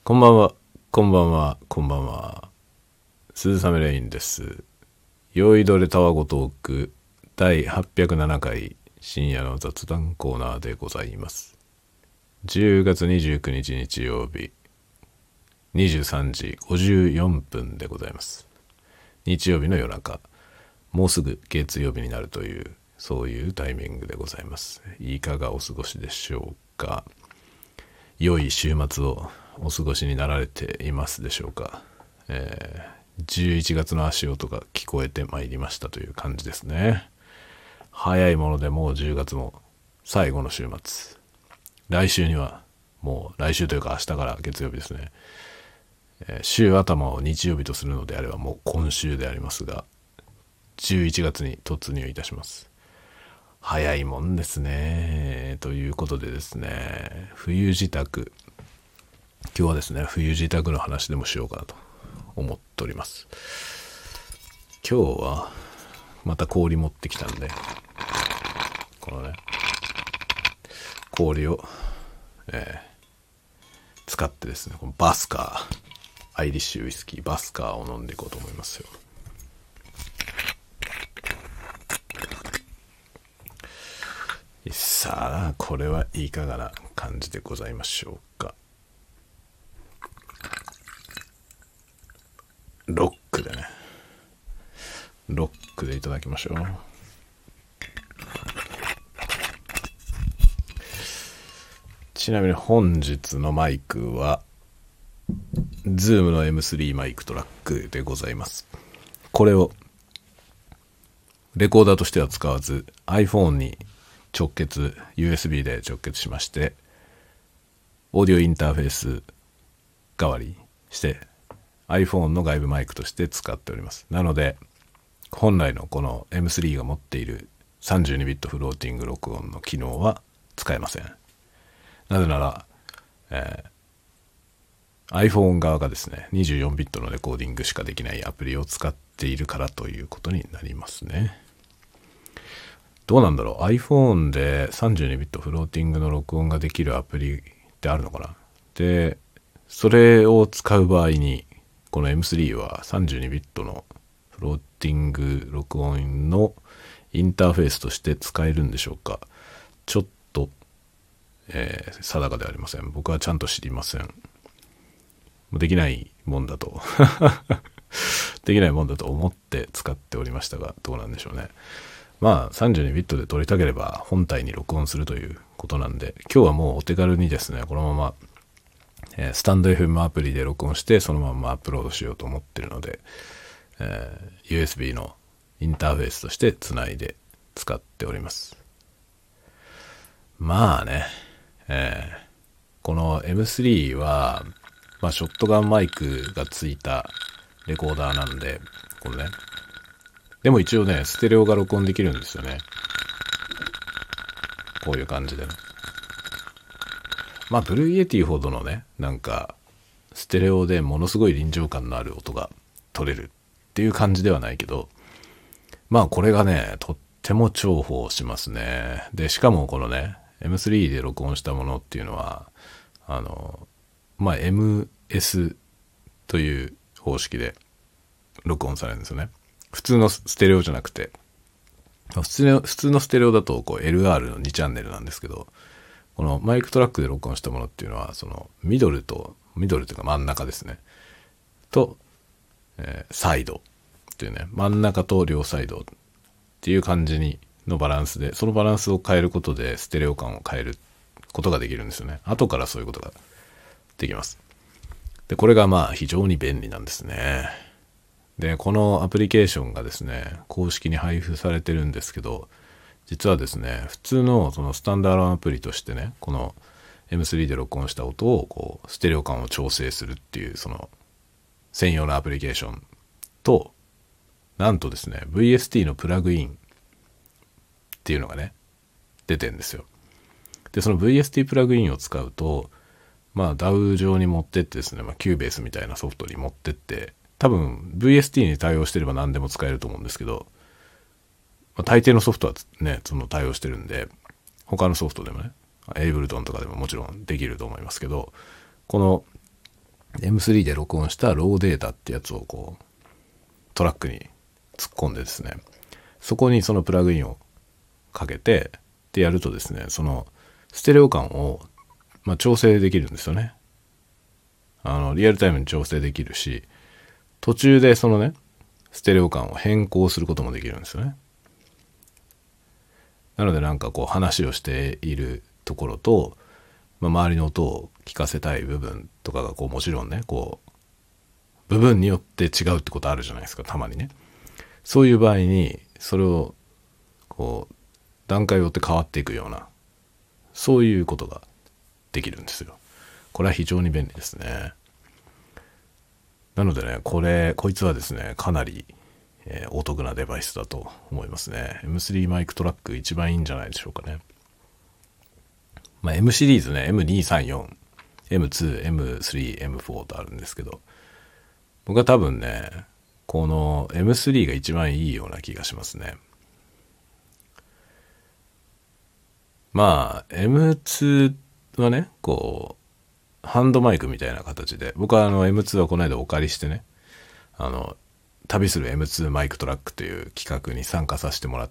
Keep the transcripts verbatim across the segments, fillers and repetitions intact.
こんばんは、こんばんは、こんばんは。鈴雨レインです。酔いどれたわごトークだいはっぴゃくななかい深夜の雑談コーナーでございます。じゅうがつにじゅうくにち日曜日にじゅうさんじごじゅうよんぷんでございます。日曜日の夜中、もうすぐ月曜日になるというそういうタイミングでございます。いかがお過ごしでしょうか。良い週末をお過ごしになられていますでしょうか。えー、じゅういちがつの足音が聞こえてまいりましたという感じですね。早いものでもうじゅうがつも最後の週末。来週にはもう来週というか明日から月曜日ですね。えー、週頭を日曜日とするのであればもう今週でありますが、じゅういちがつに突入いたします。早いもんですね。ということでですね、冬支度。今日はですね、冬支度の話でもしようかなと思っております。今日はまた氷持ってきたんで、このね、氷を、えー、使ってですね、このバスカー、アイリッシュウイスキーバスカーを飲んでいこうと思いますよ。さあ、これはいかがな感じでございましょうか。ロックでね、ロックでいただきましょう。ちなみに本日のマイクは Zoom の エムスリー マイクトラックでございます。これをレコーダーとしては使わず iPhone に直結 ユーエスビー で直結しまして、オーディオインターフェース代わりにして iPhone の外部マイクとして使っております。なので本来のこの エムスリー が持っているさんじゅうにビットフローティング録音の機能は使えません。なぜなら、えー、iPhone 側がですねにじゅうよんビットのレコーディングしかできないアプリを使っているからということになりますね。どうなんだろう、 iPhone でさんじゅうにビットフローティングの録音ができるアプリってあるのかな。でそれを使う場合にこの エムスリー はさんじゅうにビットのフローティング録音のインターフェースとして使えるんでしょうか。ちょっと、えー、定かではありません。僕はちゃんと知りません。できないもんだとできないもんだと思って使っておりましたが、どうなんでしょうね。まあさんじゅうにビットで撮りたければ本体に録音するということなんで、今日はもうお手軽にですね、このまま、えー、スタンド エフエム アプリで録音してそのままアップロードしようと思ってるので、えー、ユーエスビー のインターフェースとしてつないで使っております。まあね、えー、この エムスリー は、まあ、ショットガンマイクがついたレコーダーなんで、これね、でも一応ね、ステレオが録音できるんですよね。こういう感じでね。まあ、ブルーイエティほどのね、なんか、ステレオでものすごい臨場感のある音が取れるっていう感じではないけど、まあ、これがね、とっても重宝しますね。で、しかもこのね、エムスリー で録音したものっていうのは、あの、まあ、エムエス という方式で録音されるんですよね。普通のステレオじゃなくて、普通の、普通のステレオだとこう エルアール のにチャンネルなんですけど、このマイクトラックで録音したものっていうのは、そのミドルと、ミドルというか真ん中ですね。と、えー、サイドっていうね、真ん中と両サイドっていう感じにのバランスで、そのバランスを変えることでステレオ感を変えることができるんですよね。後からそういうことができます。で、これがまあ非常に便利なんですね。で、このアプリケーションがですね、公式に配布されてるんですけど、実はですね、普通のそのスタンダードアプリとしてね、この エムスリー で録音した音をこうステレオ感を調整するっていうその専用のアプリケーションと、なんとですね、ブイエスティー のプラグインっていうのがね、出てんですよ。で、その ブイエスティー プラグインを使うと、まあ ダウ 上に持ってってですね、まあ、Cubase みたいなソフトに持ってって、多分 ブイエスティー に対応してれば何でも使えると思うんですけど、まあ、大抵のソフトはね、その対応してるんで、他のソフトでもね、エイブルトンとかでももちろんできると思いますけど、このエムスリー で録音したローデータってやつをこうトラックに突っ込んでですね、そこにそのプラグインをかけてでやるとですね、そのステレオ感を、まあ、調整できるんですよね。あのリアルタイムに調整できるし、途中でそのねステレオ感を変更することもできるんですよね。なのでなんかこう話をしているところと、まあ、周りの音を聞かせたい部分とかがこうもちろんねこう部分によって違うってことあるじゃないですか、たまにね。そういう場合にそれをこう段階を追って変わっていくような、そういうことができるんですよ。これは非常に便利ですね。なのでね、これこいつはですねかなり、えー、お得なデバイスだと思いますね。 エムスリー マイクトラック一番いいんじゃないでしょうかね。まあ M シリーズね エムにーさんよん、エムツー、エムスリー、エムフォー とあるんですけど、僕は多分ねこの エムスリー が一番いいような気がしますね。まあ エムツー はねこうハンドマイクみたいな形で、僕はあの エムツー はこの間お借りしてね、あの旅する エムツー マイクトラックという企画に参加させてもらって、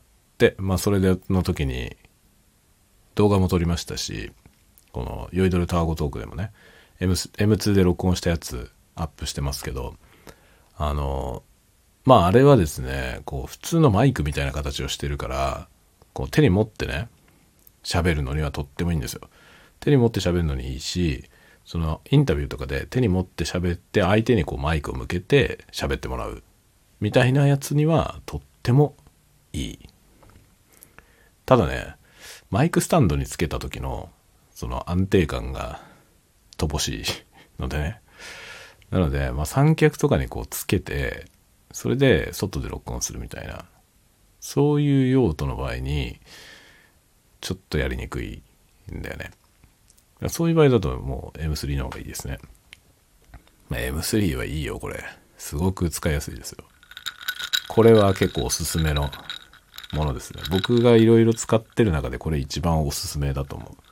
まあそれでの時に動画も撮りましたし、この酔いどれタワゴトークでもね エムツー で録音したやつアップしてますけど、あのまああれはですねこう普通のマイクみたいな形をしてるから、こう手に持ってね喋るのにはとってもいいんですよ。手に持って喋るのにいいし、そのインタビューとかで手に持って喋って相手にこうマイクを向けて喋ってもらうみたいなやつにはとってもいい。ただねマイクスタンドにつけた時のその安定感が乏しいのでね、なので、まあ、三脚とかにこうつけてそれで外で録音するみたいな、そういう用途の場合にちょっとやりにくいんだよね。そういう場合だともう エムスリー の方がいいですね。まあ、エムスリー はいいよ、これすごく使いやすいですよ。これは結構おすすめのものですね。僕がいろいろ使ってる中でこれ一番おすすめだと思う。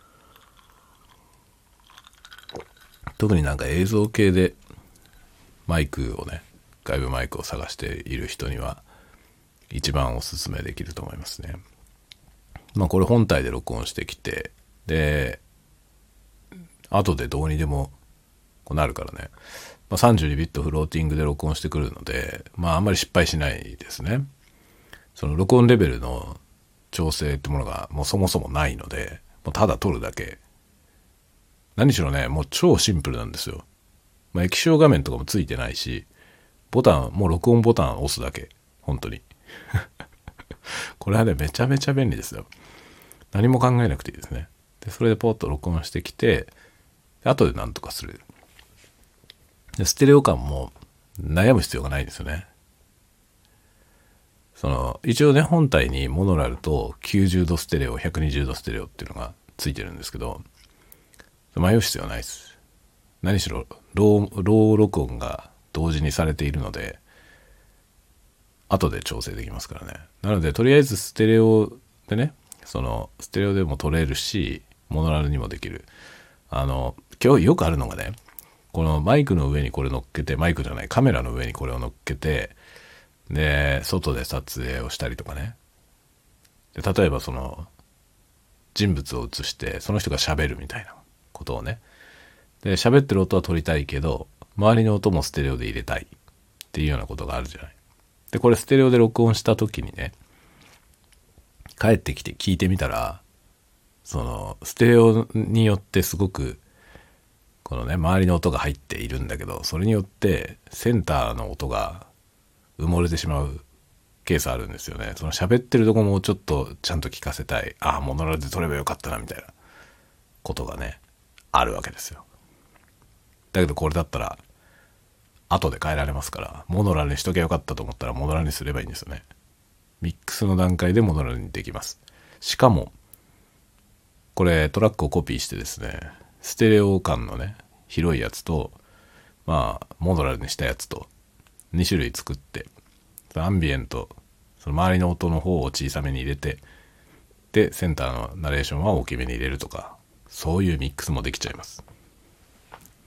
特になんか映像系でマイクをね、外部マイクを探している人には一番おすすめできると思いますね。まあこれ本体で録音してきて、で後でどうにでもこうなるからね、まあ、さんじゅうにビットフローティングで録音してくるので、まああんまり失敗しないですね。その録音レベルの調整ってものがもうそもそもないので、もうただ撮るだけ。何しろね、もう超シンプルなんですよ。まあ、液晶画面とかもついてないし、ボタン、もう録音ボタンを押すだけ。本当に。これはね、めちゃめちゃ便利ですよ。何も考えなくていいですね。で、それでポッと録音してきて、後で何とかする。で、ステレオ感も悩む必要がないんですよね。その、一応ね、本体にモノラルときゅうじゅうどステレオ、ひゃくにじゅうどステレオっていうのがついてるんですけど、迷う必要はないです。何しろロー、ロー録音が同時にされているので、後で調整できますからね。なので、とりあえずステレオでね、その、ステレオでも撮れるし、モノラルにもできる。あの、今日よくあるのがね、このマイクの上にこれ乗っけて、マイクじゃない、カメラの上にこれを乗っけて、で、外で撮影をしたりとかね。で、例えばその、人物を映して、その人が喋るみたいなことをね。で、喋ってる音は撮りたいけど、周りの音もステレオで入れたいっていうようなことがあるじゃない。で、これステレオで録音した時にね、帰ってきて聞いてみたら、その、ステレオによってすごく、このね、周りの音が入っているんだけど、それによってセンターの音が埋もれてしまうケースあるんですよね。その喋ってるとこもちょっとちゃんと聞かせたい。ああ、モノラルで撮ればよかったな、みたいなことがね、あるわけですよ。だけどこれだったら、後で変えられますから、モノラルにしときゃよかったと思ったらモノラルにすればいいんですよね。ミックスの段階でモノラルにできます。しかも、これトラックをコピーしてですね、ステレオ感のね、広いやつと、まあ、モノラルにしたやつと、に種類作って、アンビエント、その周りの音の方を小さめに入れて、で、センターのナレーションは大きめに入れるとか、そういうミックスもできちゃいます。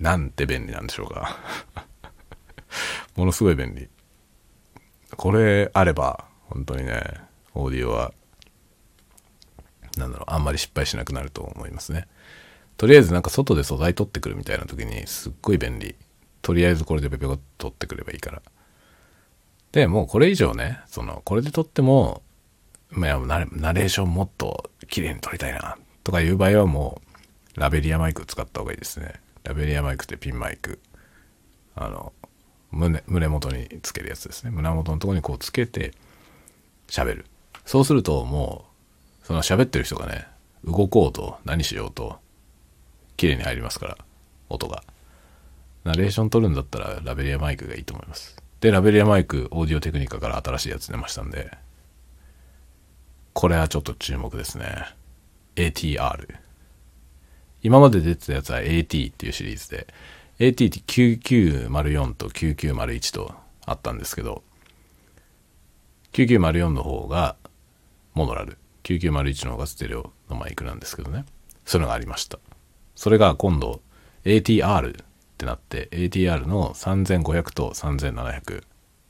なんて便利なんでしょうか。ものすごい便利。これあれば本当にね、オーディオはなんだろう、あんまり失敗しなくなると思いますね。とりあえずなんか外で素材取ってくるみたいな時にすっごい便利。とりあえずこれでペペコ取ってくればいいから。でもうこれ以上ね、そのこれで撮っても、まあ、ナレナレーションもっと綺麗に撮りたいなとかいう場合はもうラベリアマイク使った方がいいですね。ラベリアマイクってピンマイク、あの胸胸元につけるやつですね。胸元のところにこうつけて喋る。そうするともうその喋ってる人がね、動こうと何しようと綺麗に入りますから、音が。ナレーション撮るんだったらラベリアマイクがいいと思います。で、ラベリアマイクオーディオテクニカから新しいやつ出ましたんで、これはちょっと注目ですね。 エーティーアール。 今まで出てたやつは エーティー っていうシリーズで、 エーティー ってきゅうきゅうまるよんときゅうきゅうまるいちとあったんですけど、きゅうきゅうまるよんの方がモノラル、きゅうきゅうまるいちの方がステレオのマイクなんですけどね。そういうのがありました。それが今度 エーティーアール ってなって、 エーティーアール のさんぜんごひゃくとさんぜんななひゃく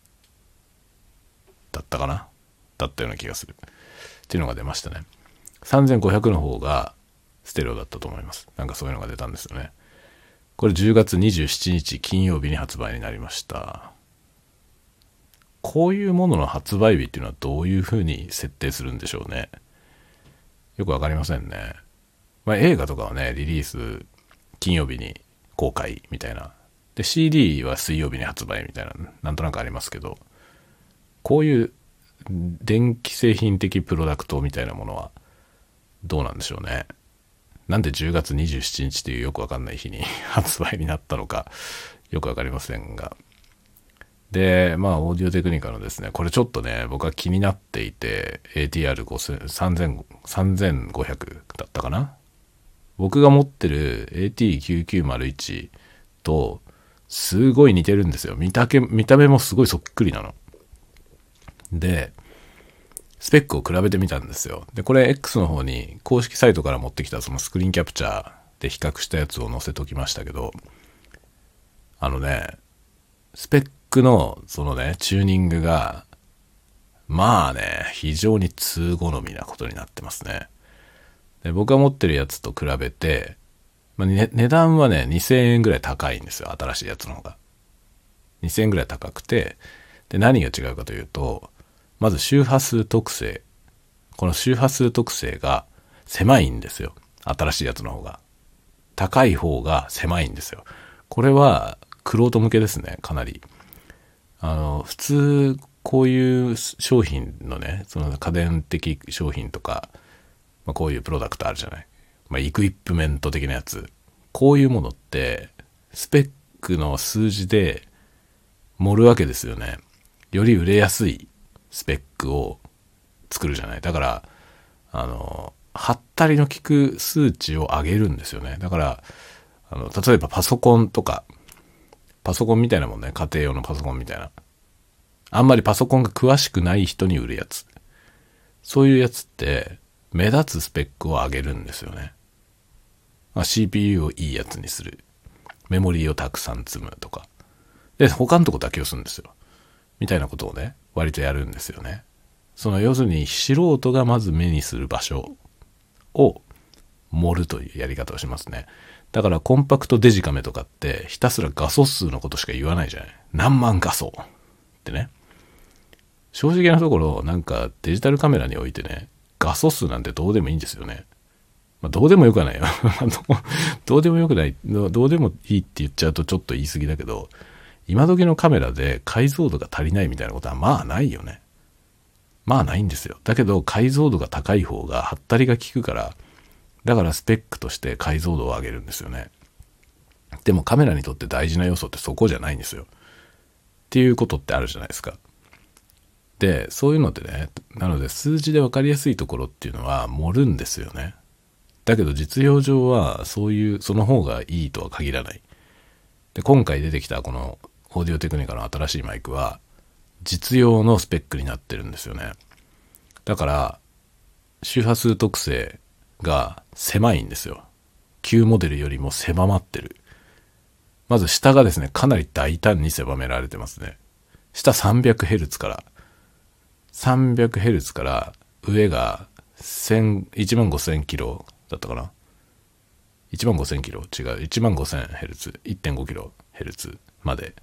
だったかな、だったような気がするっていうのが出ましたね。さんぜんごひゃくの方がステレオだったと思います。なんかそういうのが出たんですよね。これじゅうがつにじゅうしちにち金曜日に発売になりました。こういうものの発売日っていうのはどういうふうに設定するんでしょうね。よくわかりませんね。まあ、映画とかはね、リリース金曜日に公開みたいな。で、シーディー は水曜日に発売みたいな、なんとなくありますけど、こういう電気製品的プロダクトみたいなものはどうなんでしょうね。なんでじゅうがつにじゅうしちにちというよくわかんない日に発売になったのかよくわかりませんが。で、まあ、オーディオテクニカのですね、これちょっとね、僕は気になっていて、エーティーアールさんぜんごひゃくだったかな。僕が持ってる エーティーきゅうきゅうまるいち とすごい似てるんですよ。見たけ、見た目もすごいそっくりなの。で、スペックを比べてみたんですよ。で、これ X の方に公式サイトから持ってきたそのスクリーンキャプチャーで比較したやつを載せときましたけど、あのね、スペックのそのね、チューニングが、まあね、非常に通好みなことになってますね。で、僕が持ってるやつと比べて、まあね、値段はね、にせんえんぐらい高いんですよ。新しいやつの方が。にせんえんぐらい高くて、で、何が違うかというと、まず周波数特性。この周波数特性が狭いんですよ。新しいやつの方が。高い方が狭いんですよ。これは、玄人向けですね、かなり。あの、普通、こういう商品のね、その家電的商品とか、まあ、こういうプロダクトあるじゃない。まあ、イクイプメント的なやつ。こういうものって、スペックの数字で盛るわけですよね。より売れやすいスペックを作るじゃない。だから、あの、はったりの効く数値を上げるんですよね。だから、あの、例えばパソコンとか、パソコンみたいなもんね、家庭用のパソコンみたいな。あんまりパソコンが詳しくない人に売るやつ。そういうやつって、目立つスペックを上げるんですよね。まあ、シーピーユー をいいやつにする。メモリーをたくさん積むとか。で、他のとこ妥協するんですよ。みたいなことをね、割とやるんですよね。その要するに素人がまず目にする場所を盛るというやり方をしますね。だからコンパクトデジカメとかってひたすら画素数のことしか言わないじゃない。何万画素ってね。正直なところなんかデジタルカメラにおいてね、画素数なんてどうでもいいんですよね。まあ、どうでもよくはないよどうでもよくないどうでもいいって言っちゃうとちょっと言い過ぎだけど、今時のカメラで解像度が足りないみたいなことはまあないよね。まあないんですよ。だけど解像度が高い方がハったりが効くから、だからスペックとして解像度を上げるんですよね。でもカメラにとって大事な要素ってそこじゃないんですよ。っていうことってあるじゃないですか。で、そういうのでね、なので数字で分かりやすいところっていうのは盛るんですよね。だけど実用上はそういう、その方がいいとは限らない。で、今回出てきたこのオーディオテクニカの新しいマイクは実用のスペックになってるんですよね。だから周波数特性が狭いんですよ。旧モデルよりも狭まってる。 まず下がですね、かなり大胆に狭められてますね。下 さんびゃくヘルツ から、さんびゃくヘルツ から上がいちまんごせんキロだったかな。いちまんごせんキロ違う。いちまんごせんヘルツ、いってんごキロヘルツ まで。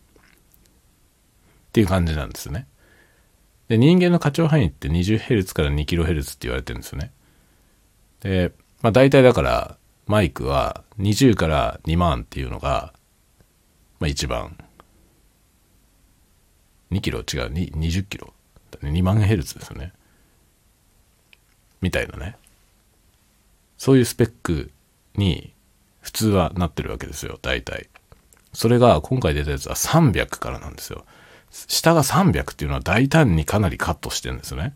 っていう感じなんですね。で、人間の過聴範囲って にじゅうヘルツ から にキロヘルツ って言われてるんですよね。で、まあ大体だからマイクはにじゅうからにまんっていうのが、まあ一番、にキロ違う、ににじゅっキロ。にまんヘルツですよね。みたいなね。そういうスペックに普通はなってるわけですよ、大体。それが今回出たやつはさんびゃくからなんですよ。下がさんびゃくっていうのは大胆にかなりカットしてるんですよね。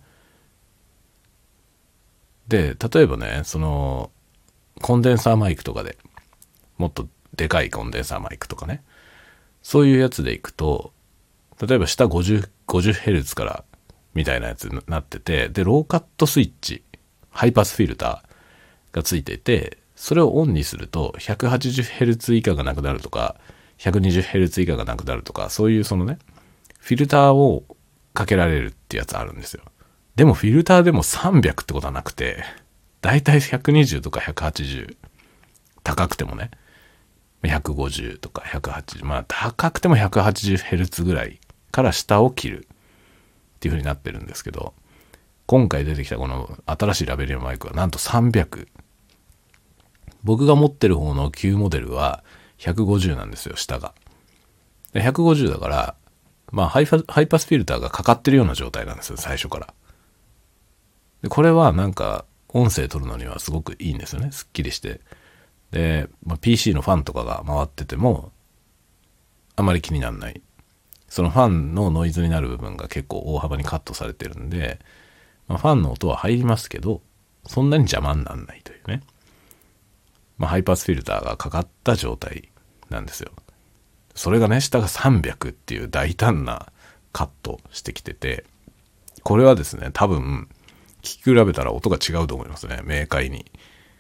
で、例えばね、その、コンデンサーマイクとかで、もっとでかいコンデンサーマイクとかね、そういうやつでいくと、例えば下ごじゅう、ごじゅうヘルツ からみたいなやつになってて、で、ローカットスイッチ、ハイパスフィルターがついていて、それをオンにすると ひゃくはちじゅうヘルツ 以下がなくなるとか、ひゃくにじゅうヘルツ 以下がなくなるとか、そういうそのね、フィルターをかけられるってやつあるんですよ。でもフィルターでもさんびゃくってことはなくて、だいたいひゃくにじゅうとかひゃくはちじゅう、高くてもね、ひゃくごじゅうとかひゃくはちじゅう、まあ高くても ひゃくはちじゅうヘルツ ぐらいから下を切るっていう風になってるんですけど、今回出てきたこの新しいラベリアマイクはなんとさんびゃく。僕が持ってる方の旧モデルはひゃくごじゅうなんですよ、下が。でひゃくごじゅうだから、まあハイファ、ハイパスフィルターがかかってるような状態なんですよ、最初から。で、これはなんか音声取るのにはすごくいいんですよね、すっきりして。で、まあ、ピーシー のファンとかが回っててもあまり気にならない。そのファンのノイズになる部分が結構大幅にカットされてるんで、まあ、ファンの音は入りますけど、そんなに邪魔にならないというね。まあ、ハイパスフィルターがかかった状態なんですよ。それがね、下がさんびゃくっていう大胆なカットしてきてて、これはですね、多分、聞き比べたら音が違うと思いますね、明快に。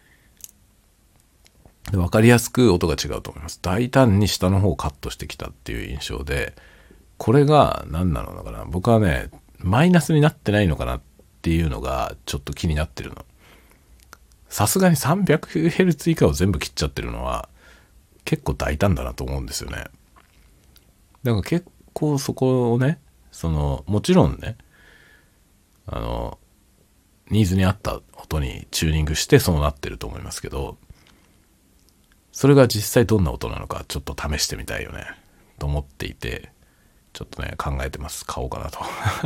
で、分かりやすく音が違うと思います。大胆に下の方をカットしてきたっていう印象で、これが何なのかな。僕はね、マイナスになってないのかなっていうのがちょっと気になってるの。さすがに さんびゃくヘルツ 以下を全部切っちゃってるのは結構大胆だなと思うんですよね。だから結構そこをね、その、もちろんね、あの、ニーズに合った音にチューニングしてそうなってると思いますけど、それが実際どんな音なのかちょっと試してみたいよねと思っていて、ちょっとね考えてます。買おうかなと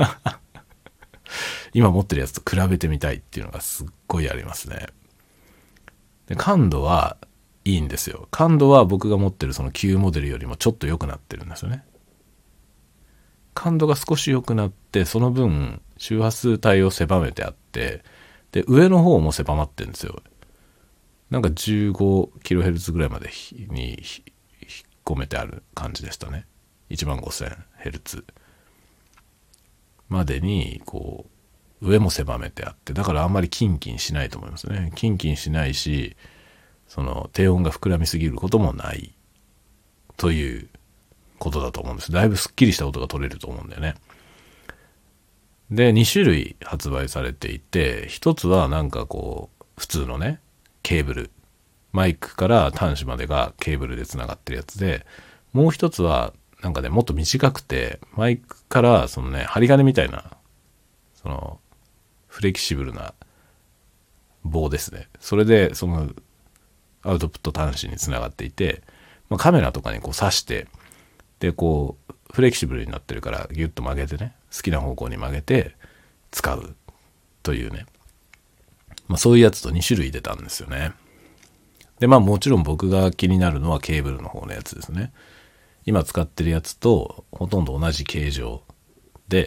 今持ってるやつと比べてみたいっていうのがすっごいありますね。で、感度はいいんですよ。感度は僕が持ってるその旧モデルよりもちょっと良くなってるんですよね。感度が少し良くなって、その分周波数帯を狭めてあって、で上の方も狭まってるんですよ。なんか じゅうごキロヘルツ ぐらいまでに引っ込めてある感じでしたね。いちまんごせんヘルツ までにこう上も狭めてあって、だからあんまりキンキンしないと思いますね。キンキンしないし、その低音が膨らみすぎることもないということだと思うんです。だいぶすっきりした音が取れると思うんだよね。で、に種類発売されていて、一つはなんかこう普通のねケーブル、マイクから端子までがケーブルでつながってるやつで、もう一つはなんかねもっと短くて、マイクからそのね針金みたいなそのフレキシブルな棒ですね。それでそのアウトプット端子につながっていて、まあ、カメラとかにこう挿して、でこうフレキシブルになってるからギュッと曲げてね、好きな方向に曲げて使うというね、まあ、そういうやつとに種類出たんですよね。で、まあもちろん僕が気になるのはケーブルの方のやつですね。今使ってるやつとほとんど同じ形状で、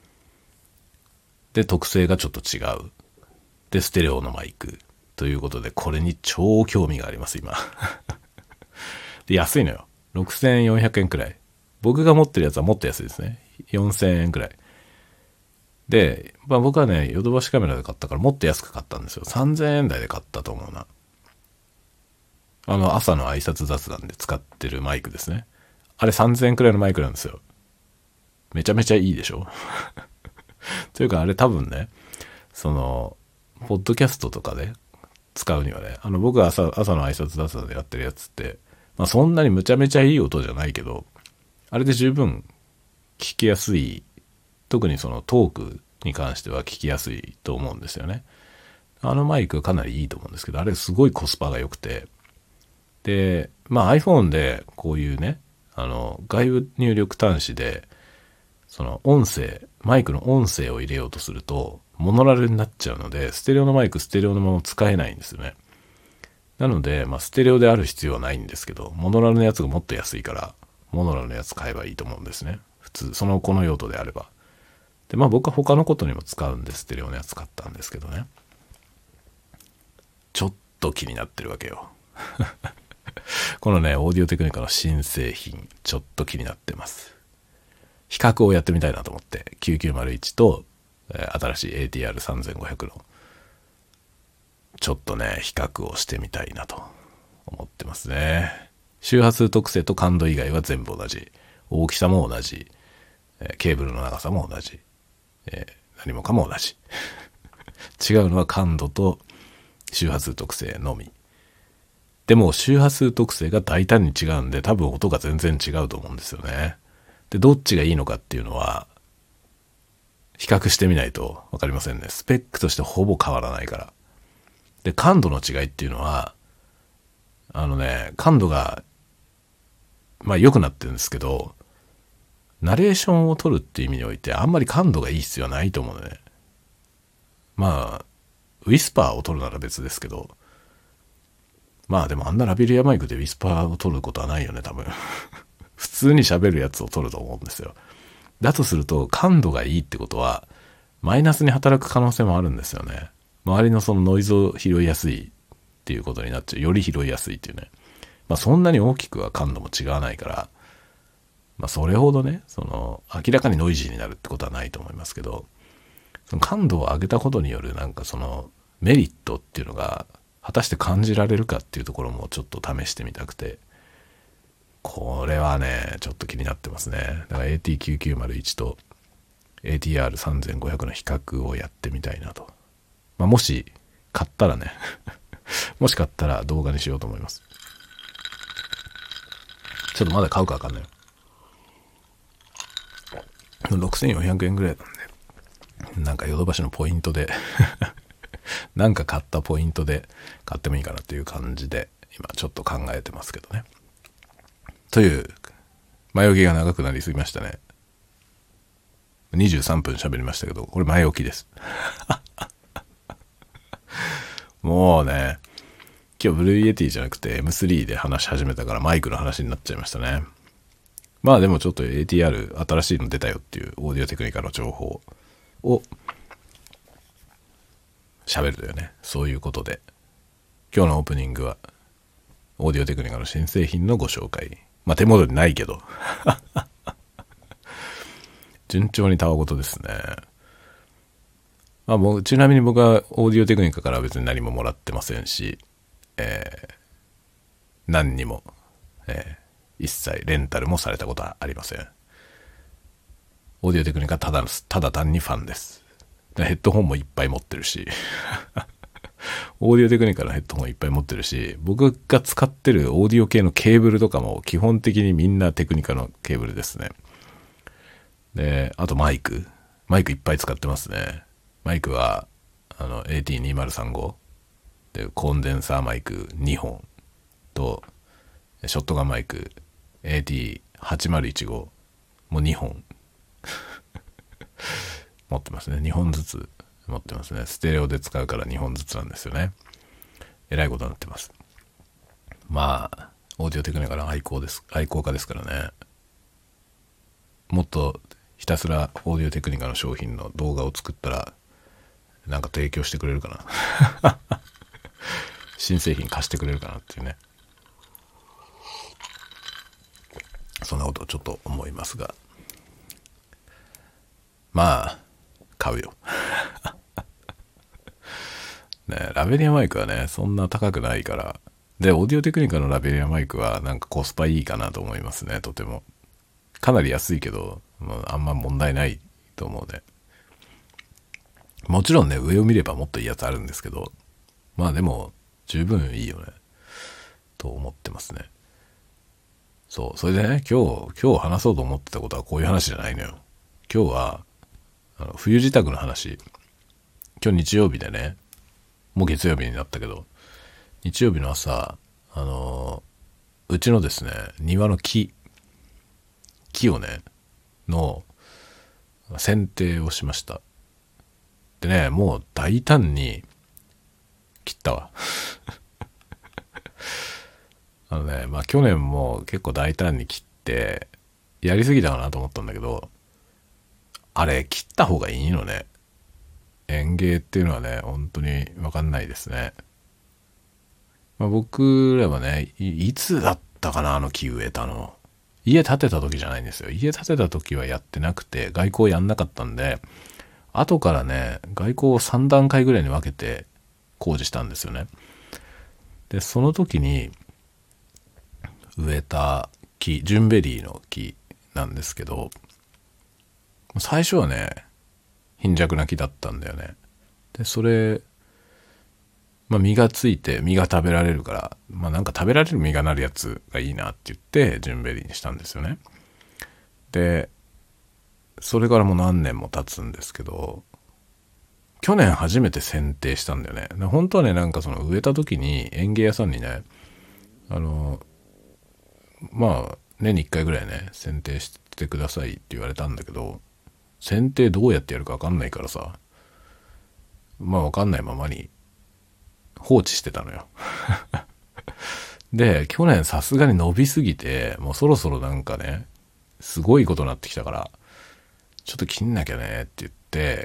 で特性がちょっと違う。でステレオのマイクということで、これに超興味があります今で安いのよ、ろくせんよんひゃくえんくらい。僕が持ってるやつはもっと安いですね、よんせんえんくらいで、まあ、僕はねヨドバシカメラで買ったからもっと安く買ったんですよ。さんぜんえん台で買ったと思うな。 あの朝の挨拶雑談で使ってるマイクですね。あれさんぜんえんくらいのマイクなんですよ。めちゃめちゃいいでしょというかあれ多分ね、そのポッドキャストとかで使うにはね、あの僕が朝朝の挨拶雑談でやってるやつって、まあそんなにむちゃめちゃいい音じゃないけど、あれで十分聞きやすい、特にそのトークに関しては聞きやすいと思うんですよね。あのマイクかなりいいと思うんですけど、あれすごいコスパが良くて、でまあ iPhone でこういうね、あの外部入力端子でその音声、マイクの音声を入れようとするとモノラルになっちゃうので、ステレオのマイクステレオのまま使えないんですよね。なので、まあ、ステレオである必要はないんですけど、モノラルのやつがもっと安いからモノラルのやつ買えばいいと思うんですね、普通そのこの用途であれば。でまあ僕は他のことにも使うんでステレオのやつ買ったんですけどね、ちょっと気になってるわけよこのねオーディオテクニカの新製品ちょっと気になってます。比較をやってみたいなと思って、きゅうきゅうまるいちと、えー、新しい エーティーアールさんぜんごひゃく のちょっとね比較をしてみたいなと思ってますね。周波数特性と感度以外は全部同じ、大きさも同じ、えー、ケーブルの長さも同じ、えー、何もかも同じ違うのは感度と周波数特性のみ。でも周波数特性が大胆に違うんで、多分音が全然違うと思うんですよね。でどっちがいいのかっていうのは比較してみないと分かりませんね。スペックとしてほぼ変わらないから。で感度の違いっていうのは、あのね感度がまあ良くなってるんですけど、ナレーションを取るっていう意味においてあんまり感度がいい必要はないと思うのね。まあウィスパーを取るなら別ですけど、まあでもあんなラベリアマイクでウィスパーを取ることはないよね多分普通に喋るやつを取ると思うんですよ。だとすると感度がいいってことはマイナスに働く可能性もあるんですよね。周りのそのノイズを拾いやすいっていうことになっちゃう。より拾いやすいっていうね。まあそんなに大きくは感度も違わないから、まあそれほどね、その明らかにノイジーになるってことはないと思いますけど、その感度を上げたことによるなんかそのメリットっていうのが果たして感じられるかっていうところもちょっと試してみたくて、これはねちょっと気になってますね。だから エーティーきゅうきゅうまるいち と エーティーアールさんぜんごひゃく の比較をやってみたいなと。まあ、もし買ったらねもし買ったら動画にしようと思います。ちょっとまだ買うかわかんない。ろくせんよんひゃくえんぐらいなんで、なんかヨドバシのポイントでなんか買ったポイントで買ってもいいかなっていう感じで今ちょっと考えてますけどね。という前置きが長くなりすぎましたね。にじゅうさんぷん喋りましたけど、これ前置きですもうね今日ブルーイエティじゃなくて エムスリー で話し始めたからマイクの話になっちゃいましたね。まあでもちょっと エーティーアール 新しいの出たよっていうオーディオテクニカの情報を喋るというね、そういうことで今日のオープニングはオーディオテクニカの新製品のご紹介。まあ手元にないけど順調にたわごとですね。まあもうちなみに僕はオーディオテクニカから別に何ももらってませんし、えー、何にも、えー、一切レンタルもされたことはありません。オーディオテクニカただただ単にファンです。ヘッドホンもいっぱい持ってるしオーディオテクニカのヘッドホンいっぱい持ってるし、僕が使ってるオーディオ系のケーブルとかも基本的にみんなテクニカのケーブルですね。で、あとマイク。マイクいっぱい使ってますね。マイクは、あの、エーティーにせんさんじゅうご で、コンデンサーマイクにほんと、ショットガンマイク エーティーはちまるいちご もにほん持ってますね。にほんずつ持ってますね。ステレオで使うからにほんずつなんですよね。えらいことになってます。まあ、オーディオテクニカの愛好です。愛好家ですからね。もっとひたすらオーディオテクニカの商品の動画を作ったらなんか提供してくれるかな新製品貸してくれるかなっていうね、そんなことをちょっと思いますが、まあ買うよね。ラベリアマイクはねそんな高くないからで、オーディオテクニカのラベリアマイクはなんかコスパいいかなと思いますね、とても。かなり安いけど、まあ、あんま問題ないと思うね。もちろんね、上を見ればもっといいやつあるんですけど、まあでも、十分いいよね、と思ってますね。そう、それでね、今日、今日話そうと思ってたことはこういう話じゃないのよ。今日は、あの冬支度の話。今日日曜日でね、もう月曜日になったけど、日曜日の朝、あのー、うちのですね、庭の木、木をね、の、剪定をしました。でね、もう大胆に切ったわ。あのね、まあ去年も結構大胆に切って、やりすぎたかなと思ったんだけど、あれ、切った方がいいのね。園芸っていうのはね、本当にわかんないですね。まあ、僕らはねい、いつだったかな、あの木植えたの。家建てた時じゃないんですよ。家建てた時はやってなくて、外交やんなかったんで、後からね、外交をさん段階ぐらいに分けて工事したんですよね。で、その時に植えた木、ジュンベリーの木なんですけど、最初はね、貧弱な木だったんだよね。で、それ、まあ、実がついて実が食べられるから、まあなんか食べられる実がなるやつがいいなって言ってジュンベリーにしたんですよね。で、それからもう何年も経つんですけど、去年初めて剪定したんだよね。で本当はね、なんかその植えた時に園芸屋さんにね、あの、まあ年にいっかいぐらいね、剪定してくださいって言われたんだけど、剪定どうやってやるか分かんないからさ、まあ分かんないままに放置してたのよ。で、去年さすがに伸びすぎて、もうそろそろなんかね、すごいことになってきたから、ちょっと切んなきゃねって言って、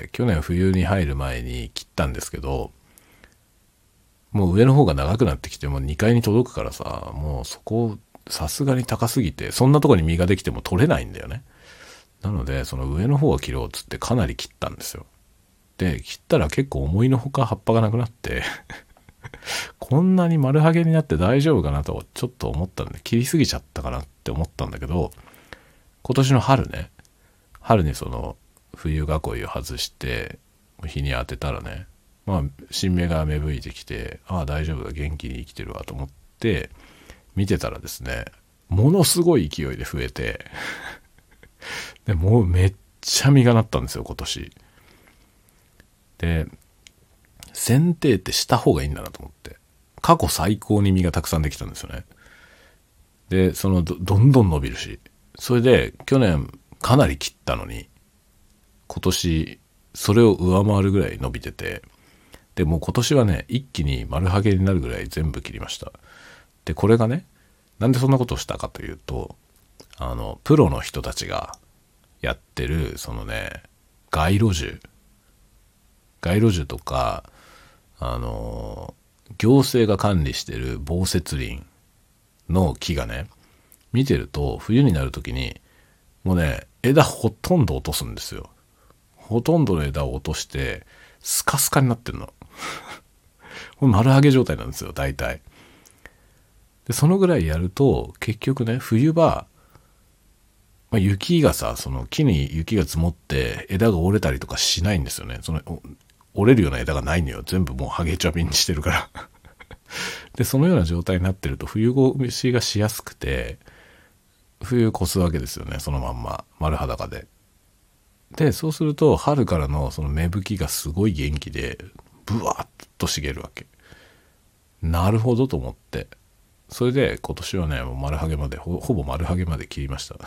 去年冬に入る前に切ったんですけど、もう上の方が長くなってきて、もうにかいに届くからさ、もうそこ、さすがに高すぎて、そんなとこに実ができても取れないんだよね。なので、その上の方を切ろうっつってかなり切ったんですよ。で、切ったら結構思いのほか葉っぱがなくなってこんなに丸ハゲになって大丈夫かなとちょっと思ったんで、切りすぎちゃったかなって思ったんだけど、今年の春ね、春にその冬囲いを外して日に当てたらね、まあ新芽が芽吹いてきて、ああ大丈夫だ、元気に生きてるわと思って見てたらですね、ものすごい勢いで増えてでもうめっちゃ実がなったんですよ今年で。剪定ってした方がいいんだなと思って、過去最高に実がたくさんできたんですよね。で、その ど, どんどん伸びるし、それで去年かなり切ったのに、今年それを上回るぐらい伸びてて、でもう今年はね、一気に丸ハゲになるぐらい全部切りました。で、これがね、なんでそんなことをしたかというと、あのプロの人たちがやってるそのね、街路樹街路樹とか、あの行政が管理してる防雪林の木がね、見てると冬になるときにもうね、枝ほとんど落とすんですよ。ほとんどの枝を落としてスカスカになってるのこれ丸ハゲ状態なんですよ大体。でそのぐらいやると結局ね、冬場、まあ、雪がさ、その木に雪が積もって枝が折れたりとかしないんですよね。その折れるような枝がないのよ。全部もうハゲチャビにしてるからでそのような状態になってると冬越しがしやすくて、冬越すわけですよね、そのまんま丸裸で。でそうすると春からのその芽吹きがすごい元気でブワーッと茂るわけ。なるほどと思って、それで今年はね、もう丸ハゲまで ほ, ほぼ丸ハゲまで切りました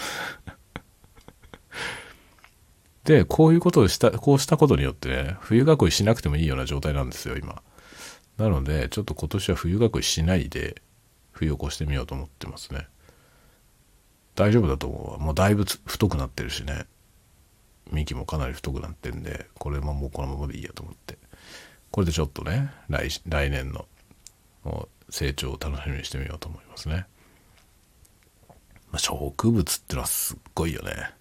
でこういうことをしたこうしたことによってね、冬囲いしなくてもいいような状態なんですよ今。なのでちょっと今年は冬囲いしないで冬を越してみようと思ってますね。大丈夫だと思うわ。もうだいぶ太くなってるしね、幹もかなり太くなってるんで、これももうこのままでいいやと思って、これでちょっとね、 来, 来年の成長を楽しみにしてみようと思いますね。まあ、植物ってのはすっごいよね。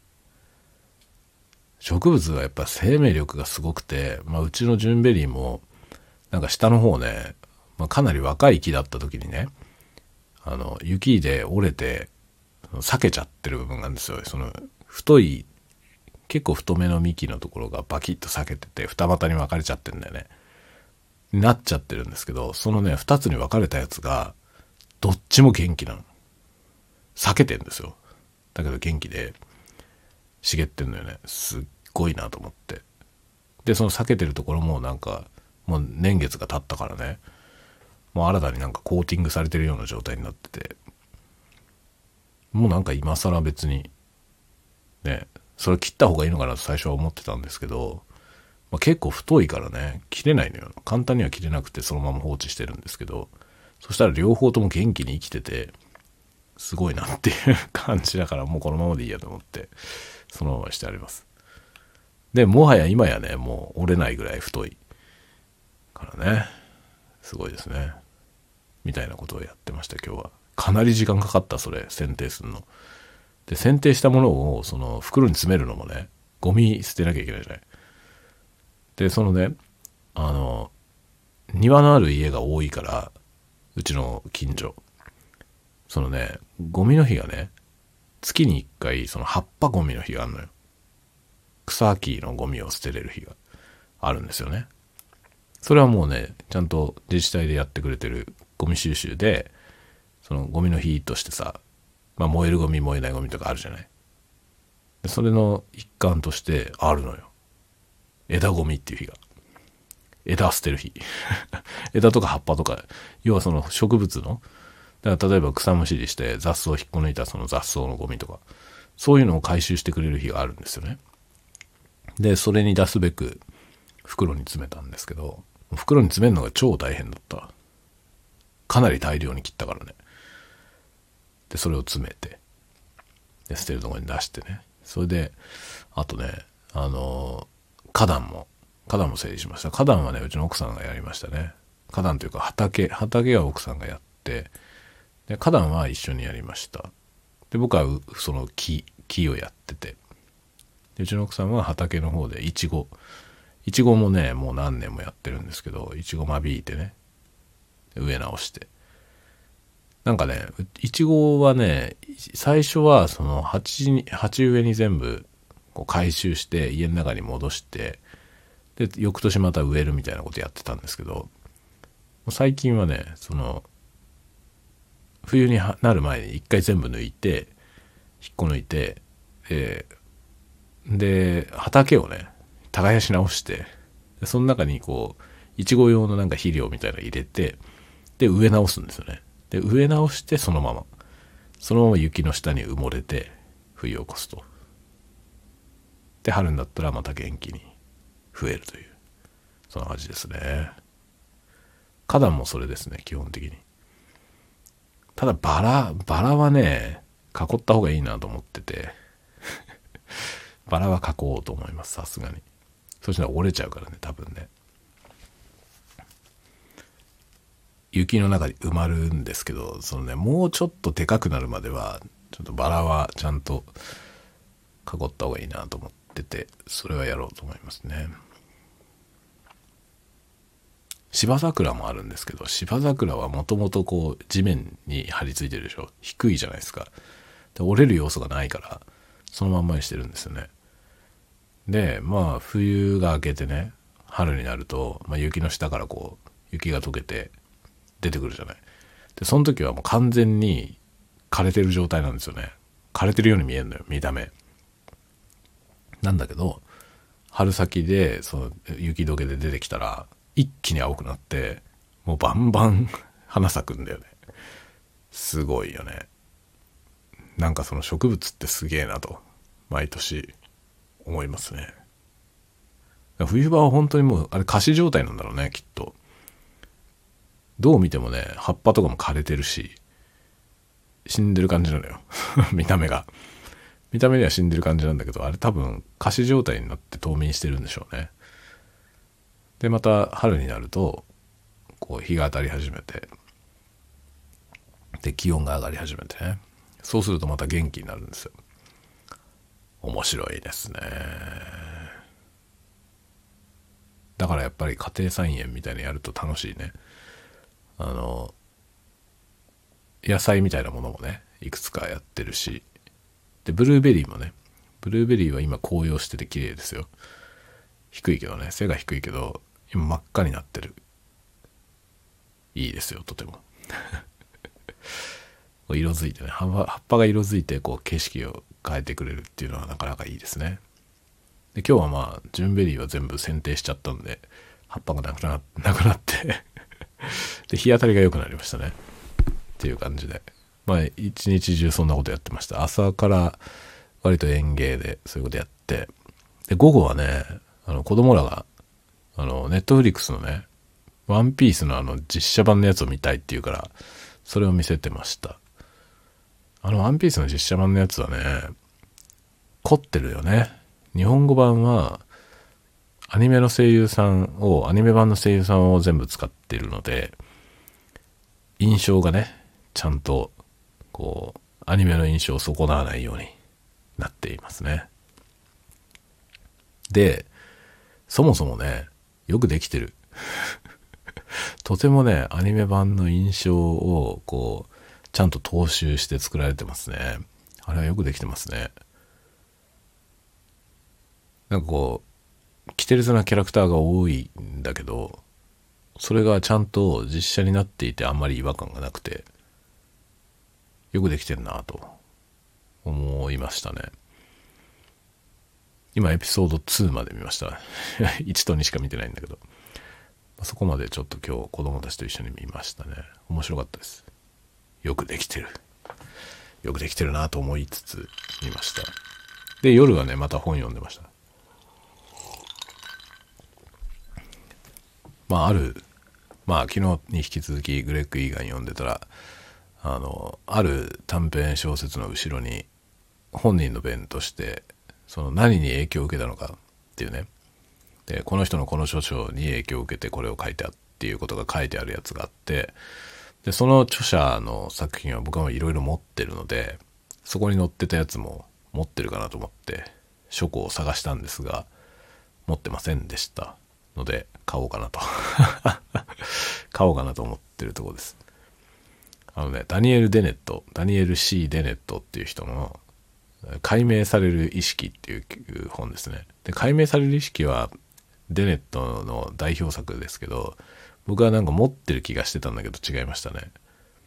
植物はやっぱ生命力がすごくて、まあ、うちのジュンベリーもなんか下の方ね、 まあ、かなり若い木だった時にね、あの雪で折れて裂けちゃってる部分があるんですよ。その太い結構太めの幹のところがバキッと裂けてて二股に分かれちゃってるんだよね。なっちゃってるんですけど、そのね二つに分かれたやつがどっちも元気なの。裂けてんですよ。だけど元気で茂ってんのよね。すっごいなと思って。でその裂けてるところもなんかもう年月が経ったからね、もう新たになんかコーティングされてるような状態になってて、もうなんか今更別にねそれ切った方がいいのかなと最初は思ってたんですけど、まあ、結構太いからね切れないのよ。簡単には切れなくてそのまま放置してるんですけど、そしたら両方とも元気に生きててすごいなっていう感じだから、もうこのままでいいやと思ってそのまましてあります。でもはや今やねもう折れないぐらい太いからね、すごいですねみたいなことをやってました。今日はかなり時間かかった。それ剪定するので、剪定したものをその袋に詰めるのもねゴミ捨てなきゃいけないじゃない。でそのねあの庭のある家が多いから、うちの近所そのねゴミの日がね月にいっかいその葉っぱゴミの日があるのよ。草木のゴミを捨てれる日があるんですよね。それはもうねちゃんと自治体でやってくれてるゴミ収集で、そのゴミの日としてさ、まあ、燃えるゴミ燃えないゴミとかあるじゃない。でそれの一環としてあるのよ、枝ゴミっていう日が。枝捨てる日枝とか葉っぱとか、要はその植物の、だから例えば草むしりして雑草を引っこ抜いたその雑草のゴミとか、そういうのを回収してくれる日があるんですよね。でそれに出すべく袋に詰めたんですけど、袋に詰めるのが超大変だった。かなり大量に切ったからね。でそれを詰めて、で捨てるところに出してね、それであとねあの花壇も花壇も整理しました。花壇はねうちの奥さんがやりましたね。花壇というか畑畑は奥さんがやって、で花壇は一緒にやりました。で僕はその木木をやってて、でうちの奥さんは畑の方でイチゴいちごもねもう何年もやってるんですけど、いちご間引いてね植え直して、なんかねいちごはね最初はその鉢に鉢植えに全部こう回収して家の中に戻して、で翌年また植えるみたいなことやってたんですけど、最近はねその冬になる前に一回全部抜いて引っこ抜いて、えー、で畑をね耕し直して、その中にこういちご用のなんか肥料みたいなの入れて、で植え直すんですよね。で植え直してそのままそのまま雪の下に埋もれて冬を越すと、で春になったらまた元気に増えるという、そんな感じですね。花壇もそれですね基本的に。ただバラバラはね囲った方がいいなと思っててバラは囲おうと思います、さすがに。そしたら折れちゃうからね多分ね。雪の中に埋まるんですけど、そのねもうちょっとでかくなるまではちょっとバラはちゃんと囲った方がいいなと思ってて、それはやろうと思いますね。芝桜もあるんですけど、芝桜はもともとこう地面に張り付いてるでしょ、低いじゃないですか。で折れる要素がないからそのまんまにしてるんですよね。でまあ冬が明けてね春になると、まあ、雪の下からこう雪が溶けて出てくるじゃない。でその時はもう完全に枯れてる状態なんですよね。枯れてるように見えるのよ見た目なんだけど、春先でその雪解けで出てきたら一気に青くなってもうバンバン花咲くんだよね。すごいよね。なんかその植物ってすげえなと毎年思いますね。冬場は本当にもうあれ仮死状態なんだろうねきっと。どう見てもね葉っぱとかも枯れてるし死んでる感じなのよ見た目が見た目には死んでる感じなんだけど、あれ多分仮死状態になって冬眠してるんでしょうね。でまた春になるとこう日が当たり始めて、で気温が上がり始めてね、そうするとまた元気になるんですよ。面白いですね。だからやっぱり家庭菜園みたいにやると楽しいね。 あの野菜みたいなものもねいくつかやってるし、でブルーベリーもね、ブルーベリーは今紅葉してて綺麗ですよ。低いけどね、背が低いけど今真っ赤になってる。いいですよ、とても色づいてね、葉っぱが色づいてこう景色を変えてくれるっていうのはなかなかいいですね。で今日はまあジュンベリーは全部剪定しちゃったんで葉っぱがなくななくなってで日当たりが良くなりましたねっていう感じで、まあ一日中そんなことやってました。朝から割と園芸でそういうことやって、で午後はね、あの子供らがあのネットフリックスのねワンピースのあの実写版のやつを見たいっていうからそれを見せてました。あのワンピースの実写版のやつはね凝ってるよね。日本語版はアニメの声優さんをアニメ版の声優さんを全部使ってるので印象がねちゃんとこうアニメの印象を損なわないようになっていますね。でそもそもねよくできてるとてもねアニメ版の印象をこうちゃんと踏襲して作られてますね。あれはよくできてますね。なんかこうキテレツなキャラクターが多いんだけどそれがちゃんと実写になっていてあんまり違和感がなくてよくできてるなと思いましたね。今エピソードツーまで見ましたいちとにしか見てないんだけどそこまでちょっと今日子供たちと一緒に見ましたね。面白かったです。よくできてるよくできてるなと思いつつ見ました。で夜はねまた本読んでました。まああるまあ昨日に引き続きグレッグ・イーガン読んでたらあのある短編小説の後ろに本人の弁としてその何に影響を受けたのかっていうね、でこの人のこの著書に影響を受けてこれを書いたっていうことが書いてあるやつがあって、でその著者の作品は僕はいろいろ持ってるのでそこに載ってたやつも持ってるかなと思って書庫を探したんですが持ってませんでしたので買おうかなと買おうかなと思ってるところです。あのねダニエル・デネットダニエル・ C ・デネットっていう人の解明される意識っていう本ですね。で解明される意識はデネットの代表作ですけど僕はなんか持ってる気がしてたんだけど違いましたね。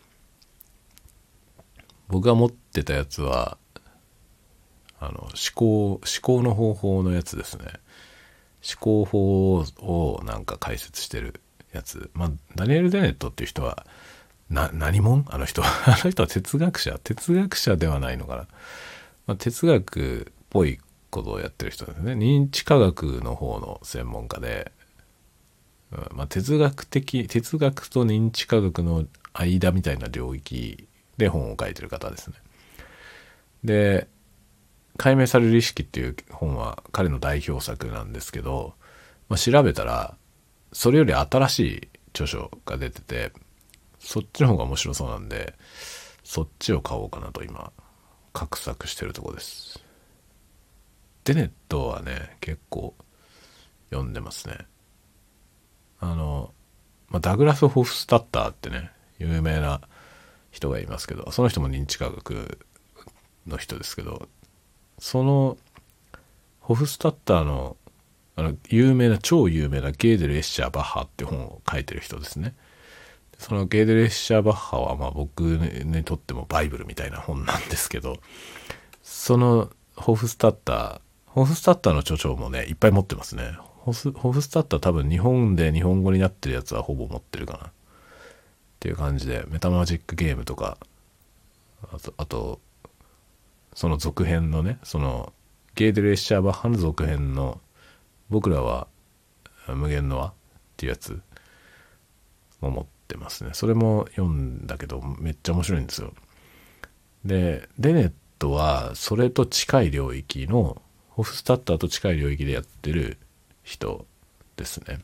僕が持ってたやつはあの思考思考の方法のやつですね。思考法をなんか解説してるやつ。まあダニエル・デネットっていう人はな何者あの人あの人は哲学者哲学者ではないのかな、まあ、哲学っぽいことをやってる人ですね。認知科学の方の専門家で、うんまあ、哲学的哲学と認知科学の間みたいな領域で本を書いてる方ですね。で解明される意識っていう本は彼の代表作なんですけど、まあ、調べたらそれより新しい著書が出ててそっちの方が面白そうなんでそっちを買おうかなと今画策してるとこです。デネットはね結構読んでますね。あの、まあ、ダグラス・ホフスタッターってね有名な人がいますけどその人も認知科学の人ですけどそのホフスタッターのあの有名な超有名なゲーデル・エッシャー・バッハって本を書いてる人ですね。そのゲーデル・エッシャー・バッハはまあ僕にとってもバイブルみたいな本なんですけどそのホフスタッターホフスタッターの著書もねいっぱい持ってますね。ホフホフスタッター多分日本で日本語になってるやつはほぼ持ってるかなっていう感じでメタマジックゲームとかあと、あとその続編のねそのゲーデル・エッシャー・バッハの続編の僕らは無限の輪っていうやつも持ってますね。それも読んだけどめっちゃ面白いんですよ。でデネットはそれと近い領域のホフスタッターと近い領域でやってる人ですね。